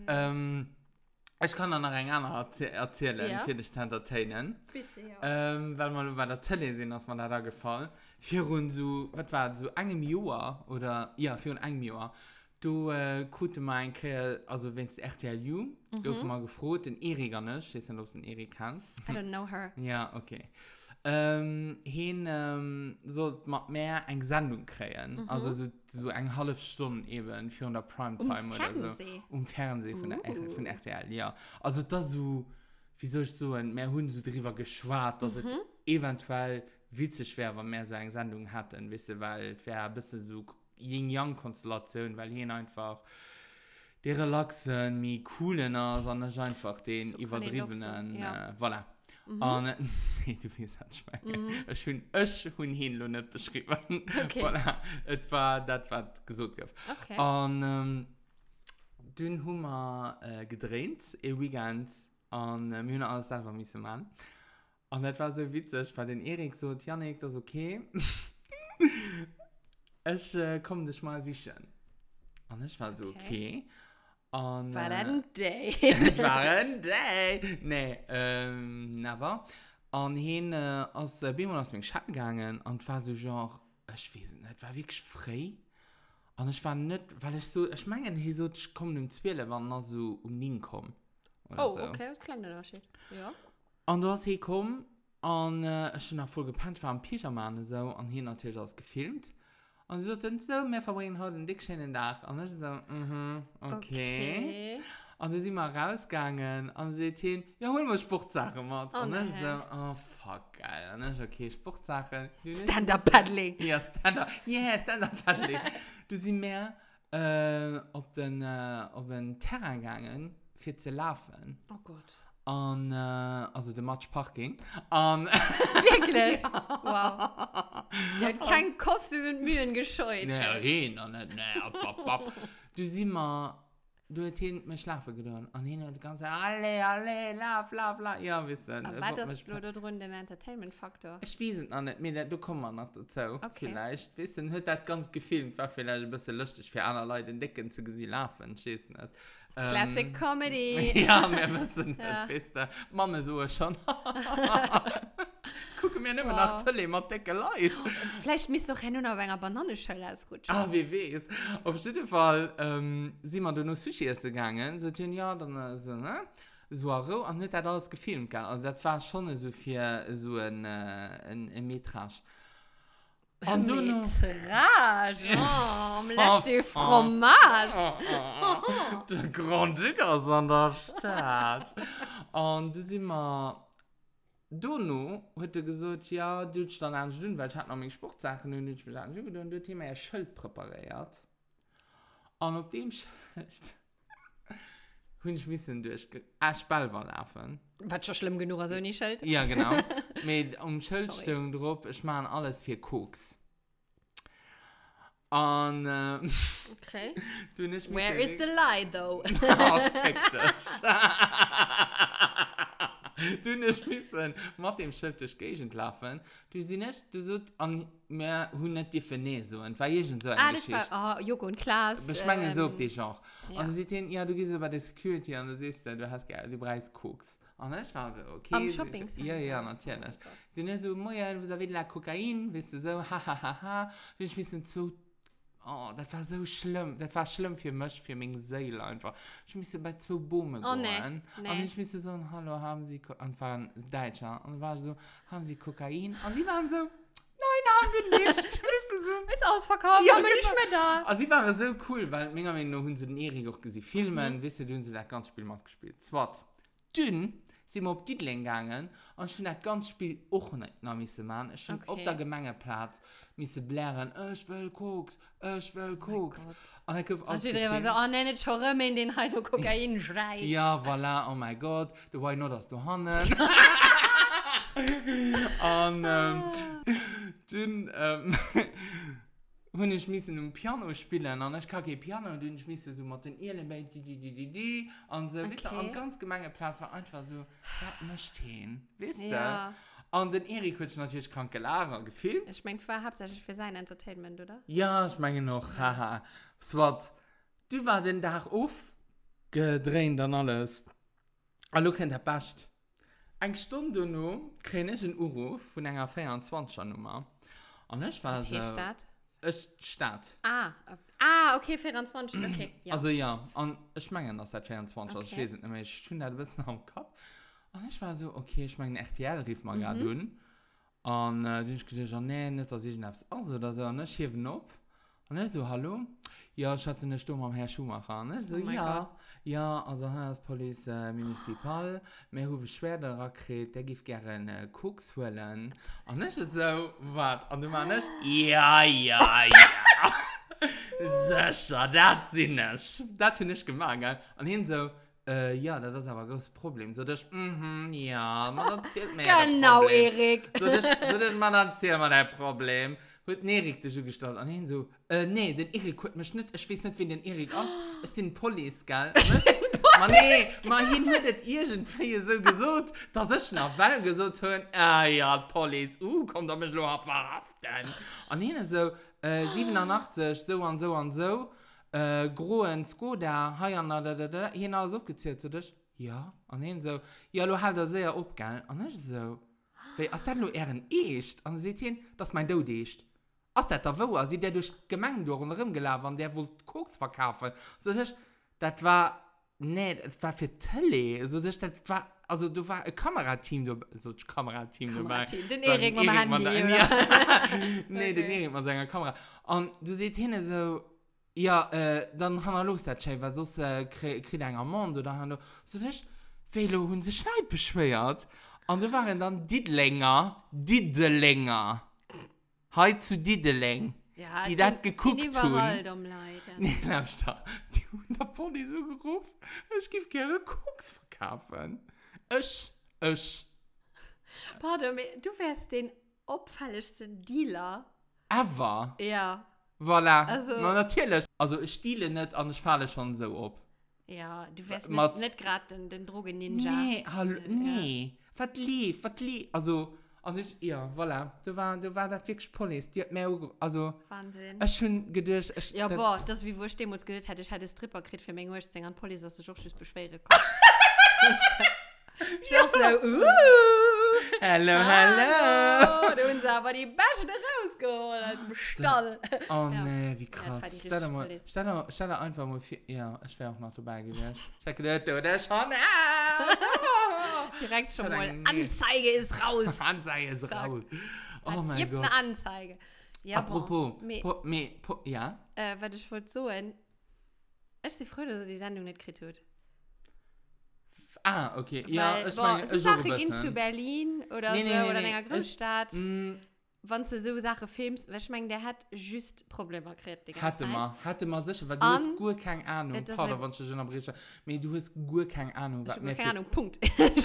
Ich kann dann noch eine andere erzählen, ja. Für dich zu entertainen. Bitte, ja. Weil wir bei der Tele sehen, dass mir da gefallen. Für uns so, was war das, so einem Jahr, oder, ja, für einem Jahr, du konnte mein Kerl, also wenn es RTL, du hast mal gefragt, den Erik nicht, ich weiß nicht, ob du den Erik kennst. I don't know her. Ja, okay. sollte man mehr eine Sendung kriegen. Also so eine halbe Stunde eben für der Primetime oder so. Fernsehen von RTL, ja. Also das so, wie soll ich so, mehr Hund so drüber geschwart, dass es eventuell witzig wäre, wenn wir so eine Sendung hatten, weißt du, weil es wäre ein bisschen so Yin-Yang-Konstellation, weil hier einfach die relaxen, die coolen, sondern einfach den so übertriebenen, voilà. Und, nee, du weißt halt, ich habe ihn nicht beschrieben. Okay. Voilà. Das war gesagt. Okay. Und dann haben wir gedreht, ein Weekend, und wir haben alles selber müssen machen. Und das war so witzig, weil den Erik so, Janik, das ist okay. Ich komme dich mal sicher. Und ich war so, okay. Und, war ein Day. war ein Day. Nee, never. Und hin als Bimon aus meinem Schatten gegangen und war so genre, ich weiß nicht, war wirklich frei. Und ich war nicht, weil ich meine, hier so, ich komme um 12, wenn er so um 9 kommt. Oh, so. Okay, das klingt nicht schön. Ja. Und du hast hier gekommen und ich bin auch voll gepannt, war im Pyjama und so, und hier natürlich alles gefilmt. Und sie sagten so, wir verbringen heute einen dick schönen Tag. Und ich so, okay. Und dann sind wir rausgegangen und sie sagten, ja, hol mal Sportsachen mit. Und ich so, oh, fuck, geil. Und ich so, okay, Sportsachen. Stand-up-Paddling. Ja, Stand-up-Paddling. Du sind mehr auf den Terrain gegangen, für zu laufen. Oh Gott. Und, also der Matchparking. Wirklich? Ja. Wow. Der hat kein Kosten und Mühen gescheut. Nee, rein, nicht. Nee, ab. Du siehst mal, du hast mir schlafen getan. Und hin hat die ganze alle, lauf. Ja, wisst ihr. Aber war das nur da drin der Entertainment-Faktor? Ich weiß es noch nicht, du kommst noch dazu. Okay. Vielleicht, wisst ihr, hat das ganz gefilmt, war vielleicht ein bisschen lustig für andere Leute in Dicken zu sehen laufen, ich weiß nicht. Classic Comedy. Ja, wir wissen nicht, wisst ihr. Mama so schon. Gucken wir nicht mehr nach Tele mit dicken Leuten. Vielleicht müsst ihr doch nur noch eine Bananenschale ausrutschen. Ah, wie weiß. Auf jeden Fall sind wir dann noch Sushi essen gegangen. So, ja, dann so, ne? So, und nicht hat alles gefilmt. Also, das war schon so für so ein Metrage. Und du Metrage? Oh, omelette du fromage. Der Grand Diggers an der Stadt. Und du sind wir... Du hat gesagt, ja, du hast dann eigentlich tun, weil ich hatte noch meine Sportsachen und ich bin eigentlich und du hast mir ein Schild präpariert. Und auf dem Schild habe ich ein bisschen durch Ballwall laufen. War schon schlimm genug, also nicht Schild? Ja, genau. Mit Schild stehen drauf, ich mache alles für Koks. Und okay. Du nicht Where is the lie, though? Perfekt. Du nicht müssen mit dem Schild durch Gegend laufen. Du siehst nicht, du sollst an mehr 100 definiert so. Und war irgend so eine Geschichte. Ah, Joko und Klaas. Ich meine, so auf die Genre. Ja. Und sie sehen, ja, du gehst über die Security und du siehst, du brauchst Koks. Und ich war so, okay. Am Shopping Center. Ja, natürlich. Sie sind so, moja, vous avez de la Kokain, weißt du, so, hahaha. Und ich müssen zu. Oh, das war so schlimm. Das war schlimm für mich, für meine Seele einfach. Ich musste bei 2 Bäumen gehen. Nee. Und ich musste so, hallo, haben Sie Kokain? Und waren Deutscher. Und war so, haben Sie Kokain? Und sie waren so, nein, haben wir nicht. Weißt du so? Ist ausverkauft, ja, aber genau. Nicht mehr da. Und sie waren so cool, weil mir haben sie den Erik auch gesehen. Filmen, weißt du, haben sie das ganze Spiel mitgespielt. Zwar, dünn. Sind wir auf die Dietling gegangen und ich habe das ganze Spiel auch nicht noch machen. Ich habe auf der Gemengeplatz blären, ich will Koks. Und ich habe war so, oh nein, ich höre mir in den Heito Kokain schreit. Ja, voilà, oh mein Gott, du weißt nur, dass du hast. Und dann und ich musste ein Piano spielen und ich kann kein Piano und ich musste so mit den Element und so, weißt du, und ganz Gemengeplatz war einfach so, das möchte hin, weißt du? Und den Erik hat natürlich kranke Lager gefilmt. Ich meine, war hauptsächlich für sein Entertainment, oder? Ja, ich meine noch, haha. Swat, du war den Tag aufgedreht und alles. Hallo, kennt ihr Bast? Eine Stunde noch kriege ich einen Anruf von einer 24er-Nummer. Und ich war so... Stadt. Okay, 24, okay. Ja. Also ja, und ich meine, dass das 24 ist. Ich weiß nicht mehr, ich tue das ein bisschen am Kopf. Und ich war so, okay, ich meine, RTL rief mal gerade an. Und dann habe ich gedacht, nee, nicht, dass ich nichts oder so. Und ich hebe ihn ab. Und ich so, hallo? Ja, ich hatte eine Stunde am Herrn Schumacher. Und ich so, ja, also hier ist Polizei municipal. Wir haben schwer gekriegt, der gibt gerne Koks holen. Und ich so, was? Und du meinst, ja. Sicher, das sind ich. Das habe ich gemacht, gell? Und hin so, ja, das ist aber ein großes Problem. So, das, ja, man erzählt mir Genau, das Problem. Erik. So, das, man erzählt mir das Problem. Hat Erik das so gestellt. Und hin so, nee, den Erik hört mich nicht. Ich weiß nicht, wen den Erik ist. Es sind Police, gell? Man, nee, man hin hat das irgendwie so gesagt, dass ich nach Welt gesagt habe, ja, Police, kommt da mich nur verhaften. Und hin so, 87, so und so und so, großen Skoda, hier alles aufgezählt zu dich. Ja, und hin so, ja, du halt das sehr ab, gell? Und ich so, weil, als das nur ein echt, und seht ihr, das ist mein Tod echt. Als das da war, sie der durch Gemeng durch und rumgelaufen, und der wollte Koks verkaufen. So, das war, nee, das war für Tele. So, das war, also, du war ein Kamerateam dabei. Den Erik mit dem Handy, oder? Nee, den Erik mit seiner Kamera. Und du seht hin so, ja, dann haben wir los, das Chef, weil sonst kriegt ein Amand oder haben so, viele haben sich nicht beschwert. Und da waren dann Diddlinger. Heute zu Diddling. Ja, die das geguckt haben. Nee, glaubst du, die haben der Pony so gerufen, ich gebe gerne Koks verkaufen. Ich. Pardon, du wärst den auffälligsten Dealer. Ever. Ja. Voilà. Also, na, natürlich. Also ich stehle nicht und ich falle schon so ab. Ja, du wärst Mit- nicht gerade den Drogen-Ninja. Nee, hallo, nee. Was lief. Also ich, ja, voilà. Du war das wirklich Police. Die hat mir auch, also, Wahnsinn. ich schon gedacht, Ja, boah, das wie wo ich dem uns gehört hätte, ich hätte Stripper gekriegt für meine Hochzeit an Polizei, dass ich auch schon beschweren kann. Ich dachte so, Hallo. Du uns aber die Beste rausgeholt aus dem Stall. Oh Ja. nee, wie Ja, das krass. war die Stell dir mal, richtig stell dir einfach mal vor, ja, ich wäre auch noch dabei gewesen. Ich hätte gedacht, du, der schon Direkt schon mal, Nee. Anzeige ist raus. Anzeige ist Zack. raus. Oh Es mein gibt Gott. eine Anzeige. Ja, Apropos, boah, ja? was ich wollte sagen, ich bin froh, dass er die Sendung nicht gekriegt hat. Ah, okay. Ja, Weil, ich boah, meine, so ich Sachen auch gehen zu bisschen. Berlin oder Nee, so, nee, nee, oder in nee. einer Großstadt. Mm, Wenn du so Sachen filmst, weil ich meine, der hat just Probleme gekriegt die ganze hatte mal sicher, weil du An- hast gut keine Ahnung. Das Pardon, ist- wenn ich schon abbreche. Aber du hast gut keine Ahnung, Ich was habe mir keine Ahnung, Punkt.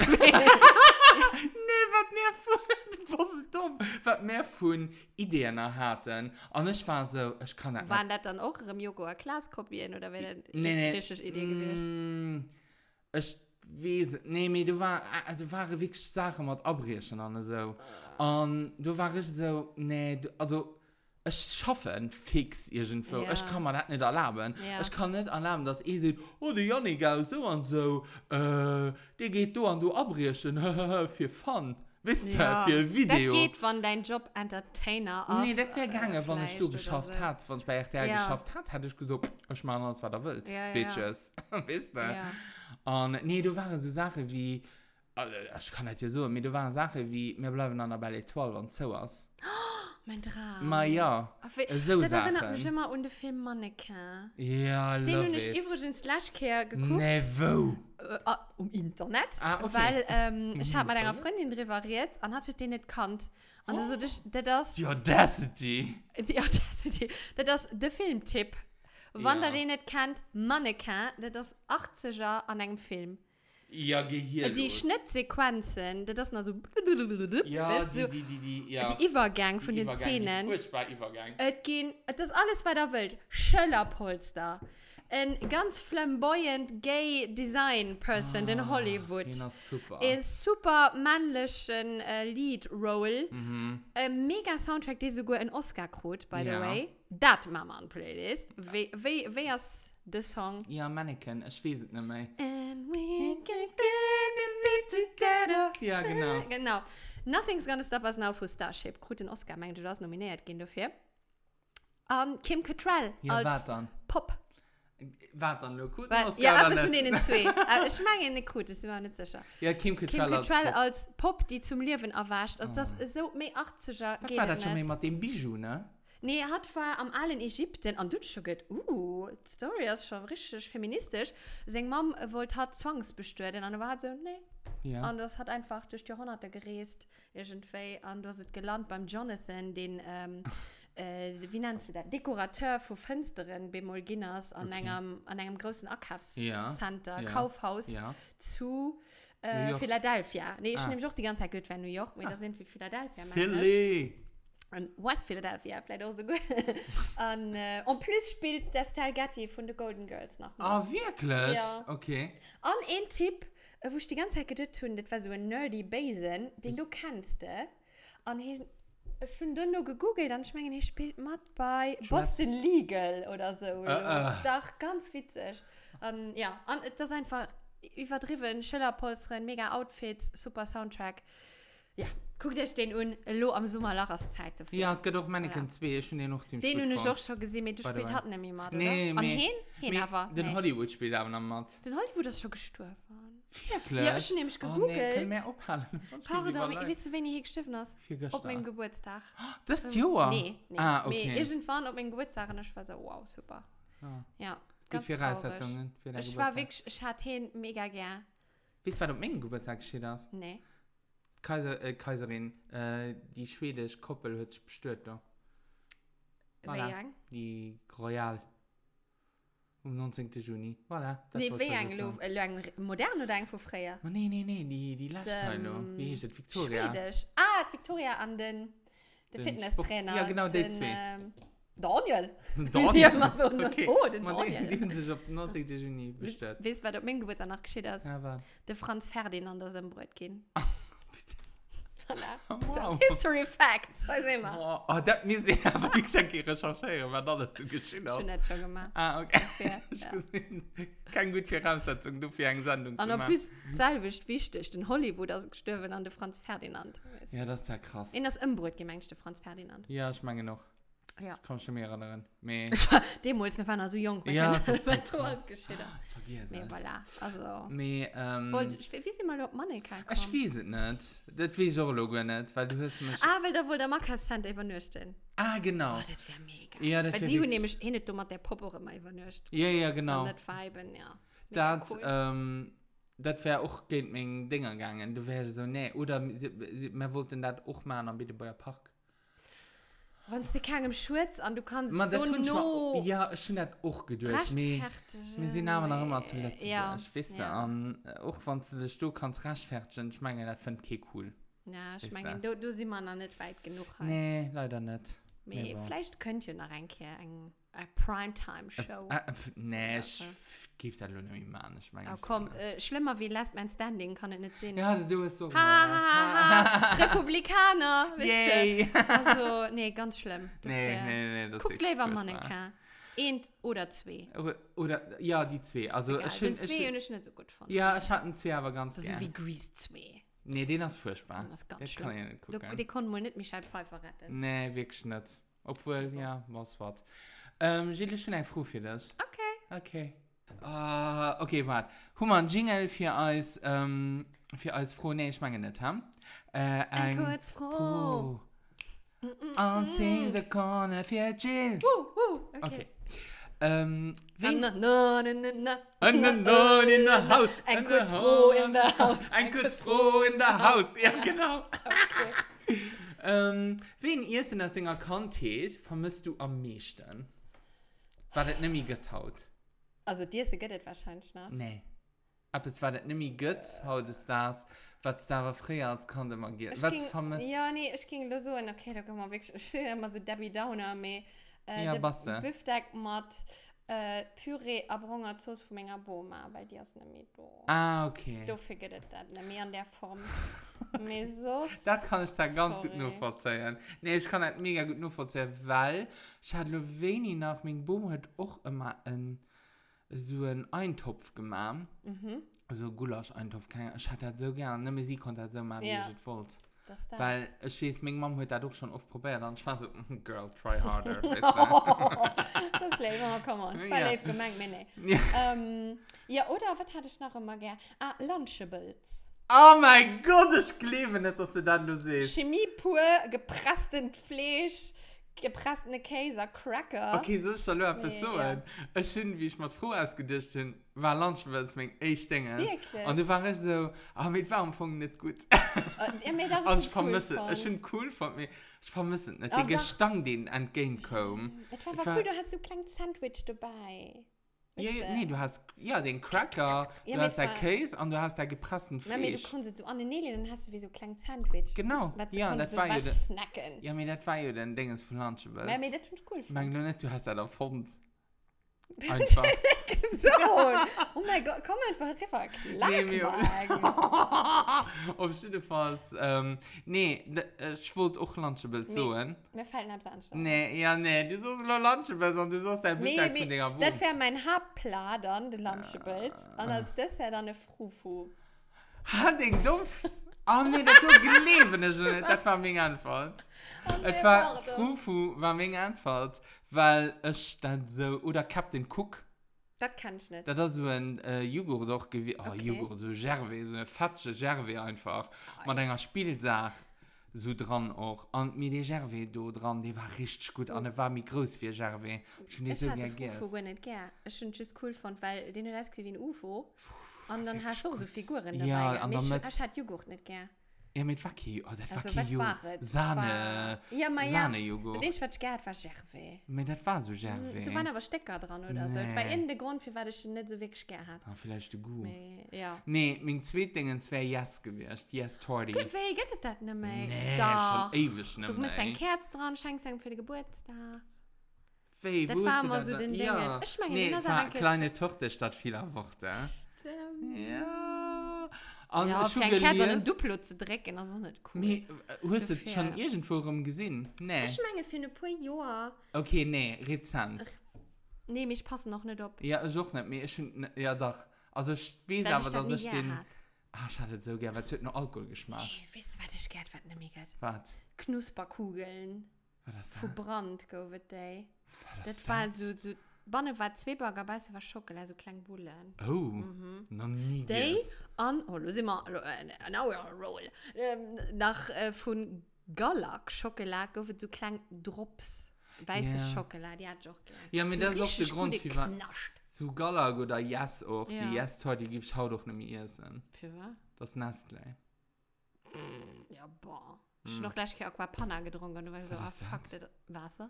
Nee, was mehr von, was ist dumm, was mehr von Ideen hatten. Und ich war so, ich kann das Waren das dann auch im Yoga Class kopieren oder wäre das Nee. richtig Idee gewesen? Ich weiß, nee, du waren wirklich Sachen mit Abbrechen und so. Und du warst so, nee, also, ich schaffe ein Fix irgendwo. Ja. Ich kann mir das nicht erlauben. Ja. Ich kann nicht erlauben, dass ich so, oh, der Janik auch so und so, der geht da und du abbrechen, für Fun. Wisst ihr, für ein Video. Das geht von deinem Job Entertainer aus. Nee, das wäre gegangen, wenn ich vielleicht du oder geschafft so. hat, wenn ich bei RTL Ja. geschafft hat, hätte ich gesagt, ich mache alles, was er will. Ja, Bitches. Wisst ihr? Ja. Und nee, du waren so Sachen wie, also, ich kann nicht so, aber du waren Sachen wie, wir bleiben an der Belle 12 und sowas. Mein Traum. Ma ja, so das erinnert Sachen. mich immer an den Film Mannequin. Ja, Den love habe ich it. übrigens Lashcare geguckt. Nee, wo? Internet. Ah, okay. Weil ich habe mit einer Freundin reveriert und hatte den nicht kannt. Und das ist The Audacity. die Audacity. Das ist der Filmtipp. Wenn Ja. ihr den nicht kennt, Mannequin, das ist 80er an einem Film. Ja, Gehirn. Die Schnittsequenzen, das ist noch so. Ja, weißt du, ja. die Übergang von den Übergang, Szenen. Die furchtbar Übergang. Das ist alles bei der Welt. Schöllerpolster. Ein ganz flamboyant gay Design Person in Hollywood. Ja, super. Ein super männlichen Lead-Role. Mhm. Ein mega Soundtrack, der sogar einen Oscar kriegt, by the Ja. way. Das machen wir an Playlist. Wer ist der Song? Ja, Mannequin, ich weiß es nicht mehr. And we can get it together. Ja, genau. Genau. Nothing's gonna stop us now for Starship. Kriegt den Oscar, meint du das nominiert gehen dafür? Kim Cattrall Ja, als was dann? Pop. Warte dann nur gut. Ja, aber von denen zwei. Ich meine nicht gut, ich bin mir nicht sicher. Ja, Kim Cattrall als Pop, die zum Leben erwascht. Also das ist so mehr 80er. Was war das schon mal mit dem Bijou, ne? Nee, hat war am allen Ägypten und du schon gedacht, die Story ist schon richtig feministisch. Seine Mom wollte hat zwangsbestört und dann war so, nee. Ja. Und das hat einfach durch die Jahrhunderte gereist irgendwie und du hast gelernt beim Jonathan, den wie nennt sie das? Dekorateur von Fenstern bei Molginas an einem großen Einkaufscenter, Kaufhaus zu Philadelphia. Nee, ich nehme auch die ganze Zeit gut von New York, weil da sind wir Philadelphia. Philly! Und West Philadelphia, vielleicht auch so gut. Und plus spielt das Talgatti von den Golden Girls noch. Ah, wirklich? Ja. Okay. Und ein Tipp, wo ich die ganze Zeit gedacht habe, das war so ein nerdy Basen, den du kennst. Und ich habe dann nur gegoogelt, und ich meine, er spielt mit bei Boston Legal oder so. Doch, ganz witzig. Ja, und das ist einfach übertrieben, Schillerpolstern, mega Outfits, super Soundtrack. Ja, guck dir den an, lo am Sommer Lacheszeit dafür. Ja, es gibt auch Mannequin 2, ich finde den noch ziemlich gut. Den habe ich auch schon gesehen, mit du spielst hatten nämlich mal, oder? Nee, An hin aber. Den Hollywood spielt aber noch mal. Den Hollywood ist schon gestorben. Wirklich? Ja, ich habe nämlich gegoogelt. Oh, nee, können wir abhalten. Pardon, wisst ihr, wen ich hier gestorben ist? Auf meinem Geburtstag. Das ist Joa? Nee. Ah, okay. Aber irgendwann auf meinem Geburtstag und ich war so, wow, super. Ja, ganz traurig. Voraussetzungen für ich war wirklich, ich hatte ihn mega gern. Wie war auf meinem Geburtstag geschieht das? Nee. Kaiserin, die schwedische Koppel hat bestört da. Voilà. Die Royal. Um 19. Juni. Voilà. Nee, wie lang modern oder einfach früher? Nee, die Lifestyle noch. Wie hieß das? Victoria. Schwedisch. Die Victoria an den Fitnesstrainer. Ja, genau, die zwei. Daniel. Daniel. So okay. Den Daniel. Die haben sich auf 19. Juni bestört. Weißt du, was auf meinem Geburtstag noch geschieht ist? Ja, was? Der Franz Ferdinand aus dem Brot gehen. Oh, wow. So, History Facts, weiß ich immer. Oh, das müssen wir aber wirklich recherchieren, was da dazu geschehen ist. Schon nicht schon gemacht. Okay. Ja. Ich gesehen. Keine gute Voraussetzung, du für eine Sendung zu machen. Und plus, selbst wichtig, den Hollywood ist gestorben an der Franz Ferdinand. Ja, das ist ja krass. In das Imbrot gemeint, der Franz Ferdinand. Ja, ich meine noch. Ja. Ich kann mich schon mehr erinnern. Demals, wir waren so jung. Ja, das ist so krass. Vergiss es. Voilà. Also. Wie sie mal, ob Mann kann. Ich weiß es nicht. Das weiß ich auch nicht, weil du hörst mich. Weil da wohl der Markus Sand übernüscht. Genau. Oh, das wäre mega. Ja, das weil sie nämlich hin und mit der Pop auch immer übernüscht. Ja, genau. Und das Weiben, ja. Das, cool. Das wäre auch gegen meine Dinger gegangen. Du wärst so, nee. Oder wir wollten das auch machen am Biedebayer Park. Wenn sie keinen Schwitz und du kannst nur... Ja, ich finde das auch gedurcht. Wir sind aber noch immer zuletzt. Ja. Ich weiß ja. Auch wenn du kannst rechtfertigen, ich meine, das finde ich cool. Ja, ich meine, du siehst man noch nicht weit genug. Nee, leider nicht. Nee, vielleicht könnt ihr noch eine Primetime-Show. Nee, ich gebe das nur nicht mehr an. Ich meine, komm, schlimmer wie Last Man Standing kann ich nicht sehen. Ja, du bist so. Republikaner, wisst ihr? Also, nee, ganz schlimm. Nee, das guck lieber Monika. Ein oder zwei. Oder, ja, die zwei. Also, den zwei und ich nicht so gut von. Ja, ich hatte einen zwei, aber ganz gerne. So wie Grease 2. Nee, den ist furchtbar. Das ist ganz schlimm. Kann ich nicht gucken. Die konnten wohl nicht Michelle Pfeiffer retten. Nee, wirklich nicht. Obwohl, ja, was. Gilles, schon ein Froh für das. Okay. Okay, warte. Haben wir einen Jingle für uns froh? Nee, ich meine nicht, ha? Ein kurz froh. Und 10 Sekunden für Jill. Okay. In the house. Ein kurz froh in der Haus. Ein kurz froh in der Haus. Ja, genau. Wen ihr in das Ding erkannt hast, vermisst du am meisten? War das nicht mehr getaut? Also dir ist es wahrscheinlich, ne? Nee. Aber es war das nicht mehr gut, haut es das, was da war früher als konnte man gehen. Was vermisst? Ja, nee, ich ging nur so, okay, da kann man wirklich, ich sehe immer so Debbie Downer, aber ja, basta. Biftek mit Püree abrunger Toast von meiner Boma, weil die ist nicht mehr da. Okay. Du figert das nicht mehr in der Form. So das kann ich da ganz gut nur verzeihen. Nee, ich kann das mega gut nur verzeihen, weil ich hatte wenig nach meinem Boma hat auch immer so einen Eintopf gemacht. So Gulasch-Eintopf. Ich hatte das so gerne. Ne, sie konnte das so machen, wie ich es wollte. Das da. Weil ich weiß, meine Mama hat das doch schon oft probiert und ich war so, girl, try harder. Das Leben, oh, come on. Ja. Verlebt gemeint, mir nicht. Ja. Ja, oder was hatte ich noch immer gern? Ah, Lunchables. Oh mein Gott, ich glaube nicht, dass du das nur siehst. Chemie pur, gepresstes Fleisch, gepresste Käse, Cracker. Okay, so ist das nur etwas Nee, so. ja. Ich finde, wie ich mir froh ausgedacht habe, war Lunchbills mein echt Ding. Wirklich? Und du warst so, mit warm fand nicht gut. Ja, mir darf Und ich schon vermisse, cool ich finde cool von mir, ich vermisse nicht. Ach, Der doch. Gestank, den entgegenkommt. Es war aber cool, du hast so ein kleines Sandwich dabei. Ja, Weißt du? nee, du hast den Cracker, Ja, du hast mit den Käse und du hast den gepressten Na, mir, du Fleisch. konntest so an den Nägeln, dann hast du wie so ein kleines Sandwich. Genau, Was du ja, konntest das war ja was der- snacken. Ja, mir das war ja den Ding von Lunchables. Ja, mir das finde ich cool. Ich meine nur nicht, du hast das erfunden. Einfach. So. Oh mein Gott, komm einfach rüber. Nee, mir- Lackwagen. Auf jeden Fall, ich wollte auch Lunchables Nee. suchen. Mir fallen abends an. Nee, du sollst nur Lunchables und du sollst dein Nee, Mittag von dir das wäre mein Hauptplan dann, die Lunchables. Und als das wäre dann eine Frufu. Hat den dumpf. Oh nee, das war gelesen, das war meine Antwort. Es war Frufu, war meine Antwort, weil ich dann so, oder Captain Cook, Das kann ich nicht. das ist so ein Joghurt doch gewesen, Okay. Joghurt, so Gervais, so eine fatsche Gervais einfach, mit einer Spielsache so dran auch. Und mit der Gervais da dran, die war richtig gut, und er war mir groß wie Gervais. Ich finde Ich so hatte gerne Frufu gegessen. gar nicht gern. Ich finde es cool fand, weil den hast du wie ein UFO. Und dann hast du auch so Figuren Ja, dabei. und Mich- dann mit- Ich hatte Joghurt nicht gern. Ja, mit Waki, oh, das Also, Waki was war es? Sahne, Ja, aber ja. Sahne-Joghurt. Den, was ich gern hatte, war Gervais. Aber das war so Gervais. Da waren aber Stecker dran oder so. Das war Nee. in der Grund, für was ich ihn nicht so wirklich gern hatte. Ah, vielleicht der Gu. Ja. Nee, mein Zweitdingen wäre Yes gewesen. Yes Torti. Gut, wie geht das nicht mehr? Nee, Doch. schon ewig nicht Du musst mehr. ein Kerz dran schenken für den Geburtstag. Wie, Das wo war ist immer das so da? den Ja. Dingen. Ich meine, Nee, das war war eine kleine Tochter statt vieler Worte. Stimmt. Ja. Und Ja, ich für habe ein Kerz an gelesen- ein Duplo zu drecken, das ist auch nicht cool. Nee, hast du das Ungefähr. schon irgendwo gesehen? Nee. Ich meine, für ein paar Jahre. Okay, nee, rezent. Nee, mich passen noch nicht ab. Ja, ich auch nicht mehr. Ja, doch. Also ich weiß Dass aber, ich das dass nie ich den... gern hab. Ah, ich hatte so gerne, weil es hat noch Alkoholgeschmack. Hey, weißt du, was ich gern was nicht mehr geht? Was? Knusperkugeln. Was ist das? Verbrannt, go with day. Was Das ist war das? so Bonne war zwei Burger, aber es war Schokolade, so kleine Bullen. Oh, noch nie Die gegessen. an, oh, los immer, now we're on a roll. Nach von Galak Schokolade, go with so kleine Drops. Weiße Ja. Schokolade, die hat ich auch gern. Ja, mir So das ist auch der richtig Grund, gute wie man Knascht. zu Galag oder Yes auch, Ja. die Yes-Torte gibt es auch nicht mehr essen. Für was? Das Nestle. Ja, boah. Ich habe noch gleich kein Aquapanna getrunken, und war so, Was ah, ist fuck, das Wasser.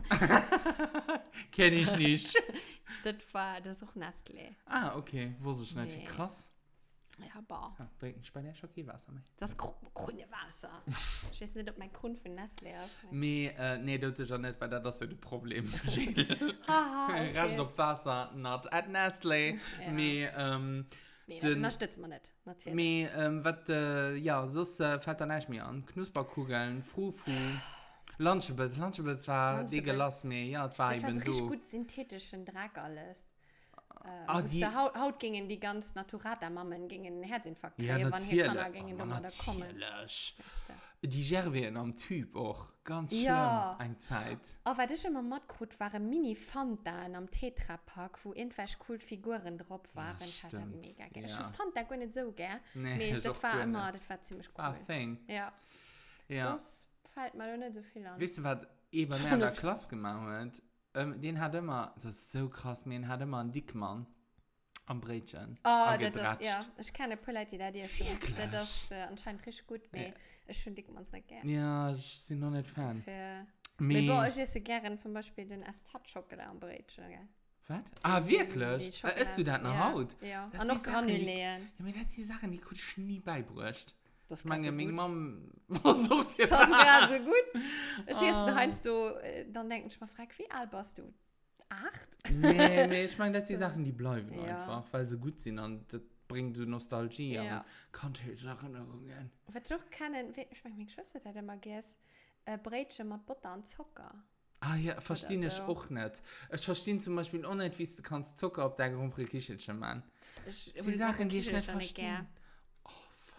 Kenn ich nicht. Das ist auch Nestlé. Ah, okay. Wusste ich nicht. Nee. Krass. Ja, boah. Ja, trink nicht bei der Schocki-Wasser mehr. Das grüne Wasser. Ich weiß nicht, ob mein Grund für Nestlé ist. Nee, das ist ja nicht, weil das ist ja das Problem. Haha, Recht okay. auf Wasser, not at Nestle. Ja. Me, Nee, Den- das unterstützt man nicht. Natürlich. me, was, ja, sonst fällt da nicht mehr an. Knusperkugeln, Frufu, Lunchables. Lunchables war, die Lunchables. gelassen mir, ja, das war Das war so eben richtig so. gut synthetischen Dreck alles. Ah, Aus die- der Haut gingen die ganz Naturata-Mammen gingen einen Herzinfarkt Ja, kriegen, wann hier Kinder natürlich. gingen Oh, nochmal da kommen. natürlich. Weißt du. Die Gervien am Typ auch. Ganz schlimm. Ja. Eine Zeit. Aber was ich immer mitgekriegt war ein Mini-Fanta am Tetra-Pack, wo irgendwelche coole Figuren drauf waren. Ja, Ich hatte das stimmt. mega gerne. Ja. Ich fand das gar nicht so gern. Nee, Nee, ist auch das war gut immer, nicht. das war ziemlich cool. Ah, thing. Ja. Ja. Sonst fällt mir da nicht so viel an. Weißt du, was eben mehr in der Klasse gemacht hat? Den hat immer, das ist so krass, den hat immer einen Dickmann am Brötchen. Oh, das ist, angedratscht. ja. Ich kenne eine Leute, die dir schon. Wirklich? Das ist anscheinend richtig gut. Ja. Nee, ich finde Dickmanns nicht gern. Ja, ich bin noch nicht Fan. Für... Me- Aber ich esse gerne zum Beispiel den Astat-Schokolade am Brötchen. Gell? Was? Ah, Die wirklich? Schokolade. Isst du das noch ja. Haut? Ja, Das und sind noch Sachen, die- Granulieren. Ja, mir das sind die Sachen, die konnte ich nie beibracht. Das Ich meine, kann so meine gut. Mom war so viel. Das ist gerade so gut. Ich Ah. esse heinst du, dann denke ich mal, frag, wie alt bist du? 8? Nee, ich meine, das sind die Sachen, die bleiben Ja. einfach, weil sie gut sind und das bringt so Nostalgie Ja. und kannte Erinnerungen. Was ich auch kann, ich meine, meine Schwester hat immer gegessen, Brötchen mit Butter und Zucker. Ah ja, verstehe ich so. auch nicht. Ich verstehe zum Beispiel auch nicht, wie du kannst Zucker auf der Grand Prix Kichelchen machen. Ich, Die Sachen, die ich nicht gern. verstehe. Oh, fuck, shit.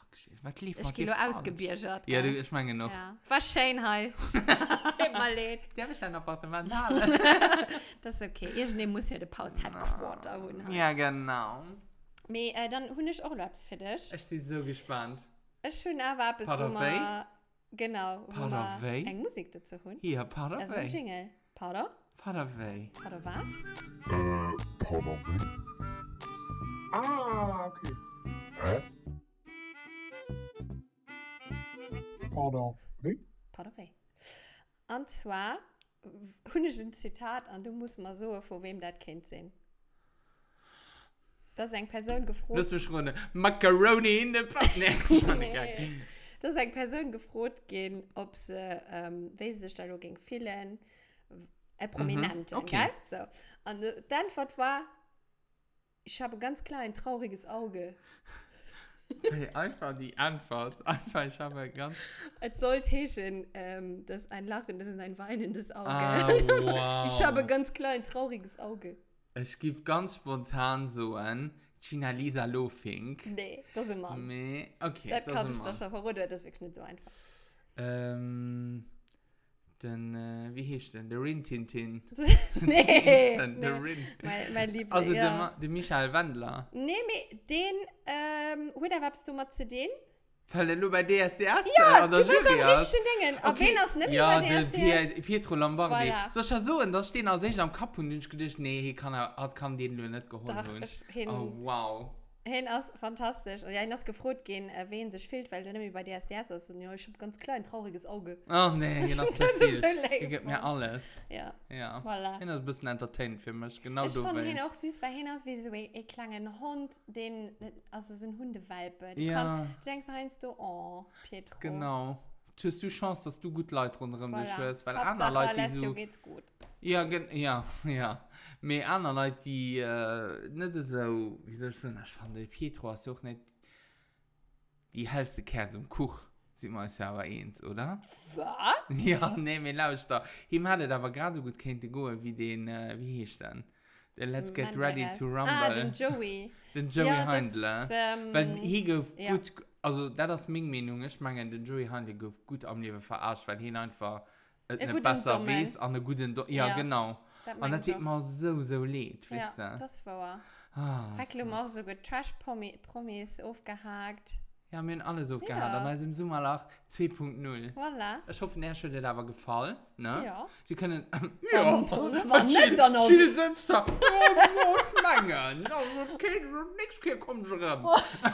was lief Ich gehe nur ausgebürgert. Ja, du, ich meine noch. Ja. Was schön, hi. Tut mal leid. Der ist ein Appartement. Das ist okay. Irgendwie muss ja die Pause Headquarter haben. Ja, genau. Aber dann habe ich auch etwas für dich. Ich bin so gespannt. Ich schon aber etwas, wo man... Genau. Paravey? Eine Musik dazu haben. Hier, Paravey. Also ein Jingle. Pardon? Paravey. Pardon was? Paravey. Ah, okay. Hä? Pardon. Wie? Paravey. Und zwar habe ich ein Zitat und du musst mal so, von wem das Kind sind. Das ist eine Person gefragt. Lass mich runter. Macaroni in der Pfanne. Nee, ich fand nicht geil. Das ist eine Person gefragt gehen, ob sie, wie sie sich da gegen vielen Prominenten, okay. gell? So. Und die Antwort war, ich habe ganz klar ein trauriges Auge. Einfach die Antwort. Einfach, ich habe ganz... Es soll täuschen, das ist ein lachendes und ein weinendes Auge. Ah, wow. Ich habe ganz klar ein trauriges Auge. Es gibt ganz spontan so ein China-Lisa Lofink. Nee, das ist ein Mann. Nee, okay, Das kann ist ich ein doch schon verraten, das ist wirklich nicht so einfach. Wie hieß denn? Der Rin-Tintin. Nee, Der nee. Rin. Mein Liebling, Also ja. der Michael Wandler. Nee, den, oder was du mal zu denen? Weil er nur bei DSDS Ja, an der du bist Jury am ist. richtigen Dingen. Aber wen hast du nicht Ja, bei der DSDS? Pietro Lombardi. Voilà. So, ich so, und da stehen als ich am Kap und ich gedacht, nee, hier kann den nur nicht geholt Doch, werden. ich Oh, wow. hin ist fantastisch. Und ja, ich habe gefragt gehen, wen sich fehlt, weil du nämlich bei DSDS ist. Und ja, ich habe ganz klein, trauriges Auge. Oh, nee, hier ist zu Das viel. ist so leid, Hier gibt mir Mann. alles. Ja, Ja. voilà. Hier ist ein bisschen entertainend für mich. Genau Ich du fand ihn willst. auch süß, weil hin ist wie so ein kleiner Hund, also so ein Hundewelpe. Ja. Du denkst einst du, oh, Pietro. Genau. Hast du Chance, dass du gut Leute rundherum dich Voilà. hörst, weil Hauptsache, andere Leute, die Alessio so... geht's gut. Ja, ja. Mehr andere Leute, die nicht so, wie soll ich sagen, ich fand, der Pietro ist auch nicht die hellste Kerze im Kuch. Sind wir uns ja aber eins, oder? Was? Ja, nee, mir lauscht da. Ihm hatte aber gerade so gut kennt gehen wie den, wie hieß denn? Der Let's Get Ready to Rumble. Ah, den Joey. Den Joey Ja, das, Handler. Weil hier geht ja. gut, also das ist meine Meinung, ich meine, den Joey Handler geht gut am Leben verarscht, weil er einfach nicht guten besser Dummen. weiß, an einen guten ja, Ja. genau. Das Und meine das ich tut auch. mir so leid, Ja, weißt du? das war Ah, Heckle auch so gut Trash-Promis aufgehakt. ja, mir haben alles aufgehört. Ja. Dann ist im Sommerlach 2.0. Voilà. Ich hoffe, der hat dir aber gefallen. Ne? Ja. Sie können. Wann nicht dann auch? Chill sitzt da. Oh, schlangen. Okay, nichts kommt schon ran.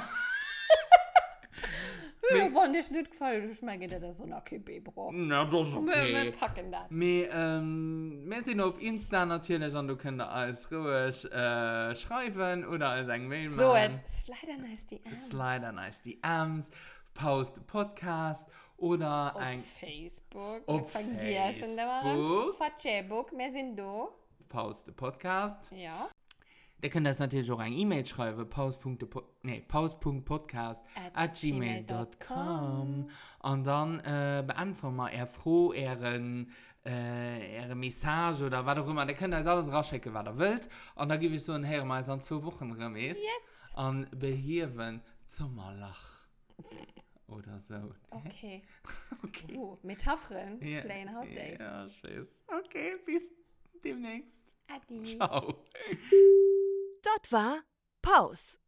Ja, wenn dir nicht gefällt, ich meine, das ist so ein AKB braucht. Na, das ist Wir okay. packen das. Wir sind auf Insta natürlich und du kannst alles ruhig schreiben oder als ein Mail So, machen. es ist leider nice die Arme. Slider nice DMs, Post Podcast oder Auf ein Facebook. Auf Vergessen da Facebook. Facebook, wir sind da. Post Podcast. Ja. Der könnt das natürlich auch ein E-Mail schreiben, pause.podcast@gmail.com und dann beantworten wir eher froh, ihre Message oder was auch immer. Der könnt das alles rausschicken, was er will. Und da gebe ich so ein Herr mal so 2 Wochen remis. Yes. Und beheben Sommerlach. Oder so. Okay. Okay. Metaphern. Ja, Plain how Dave. ja, ich weiß. Okay, bis demnächst. Adi. Ciao. Das war Pause.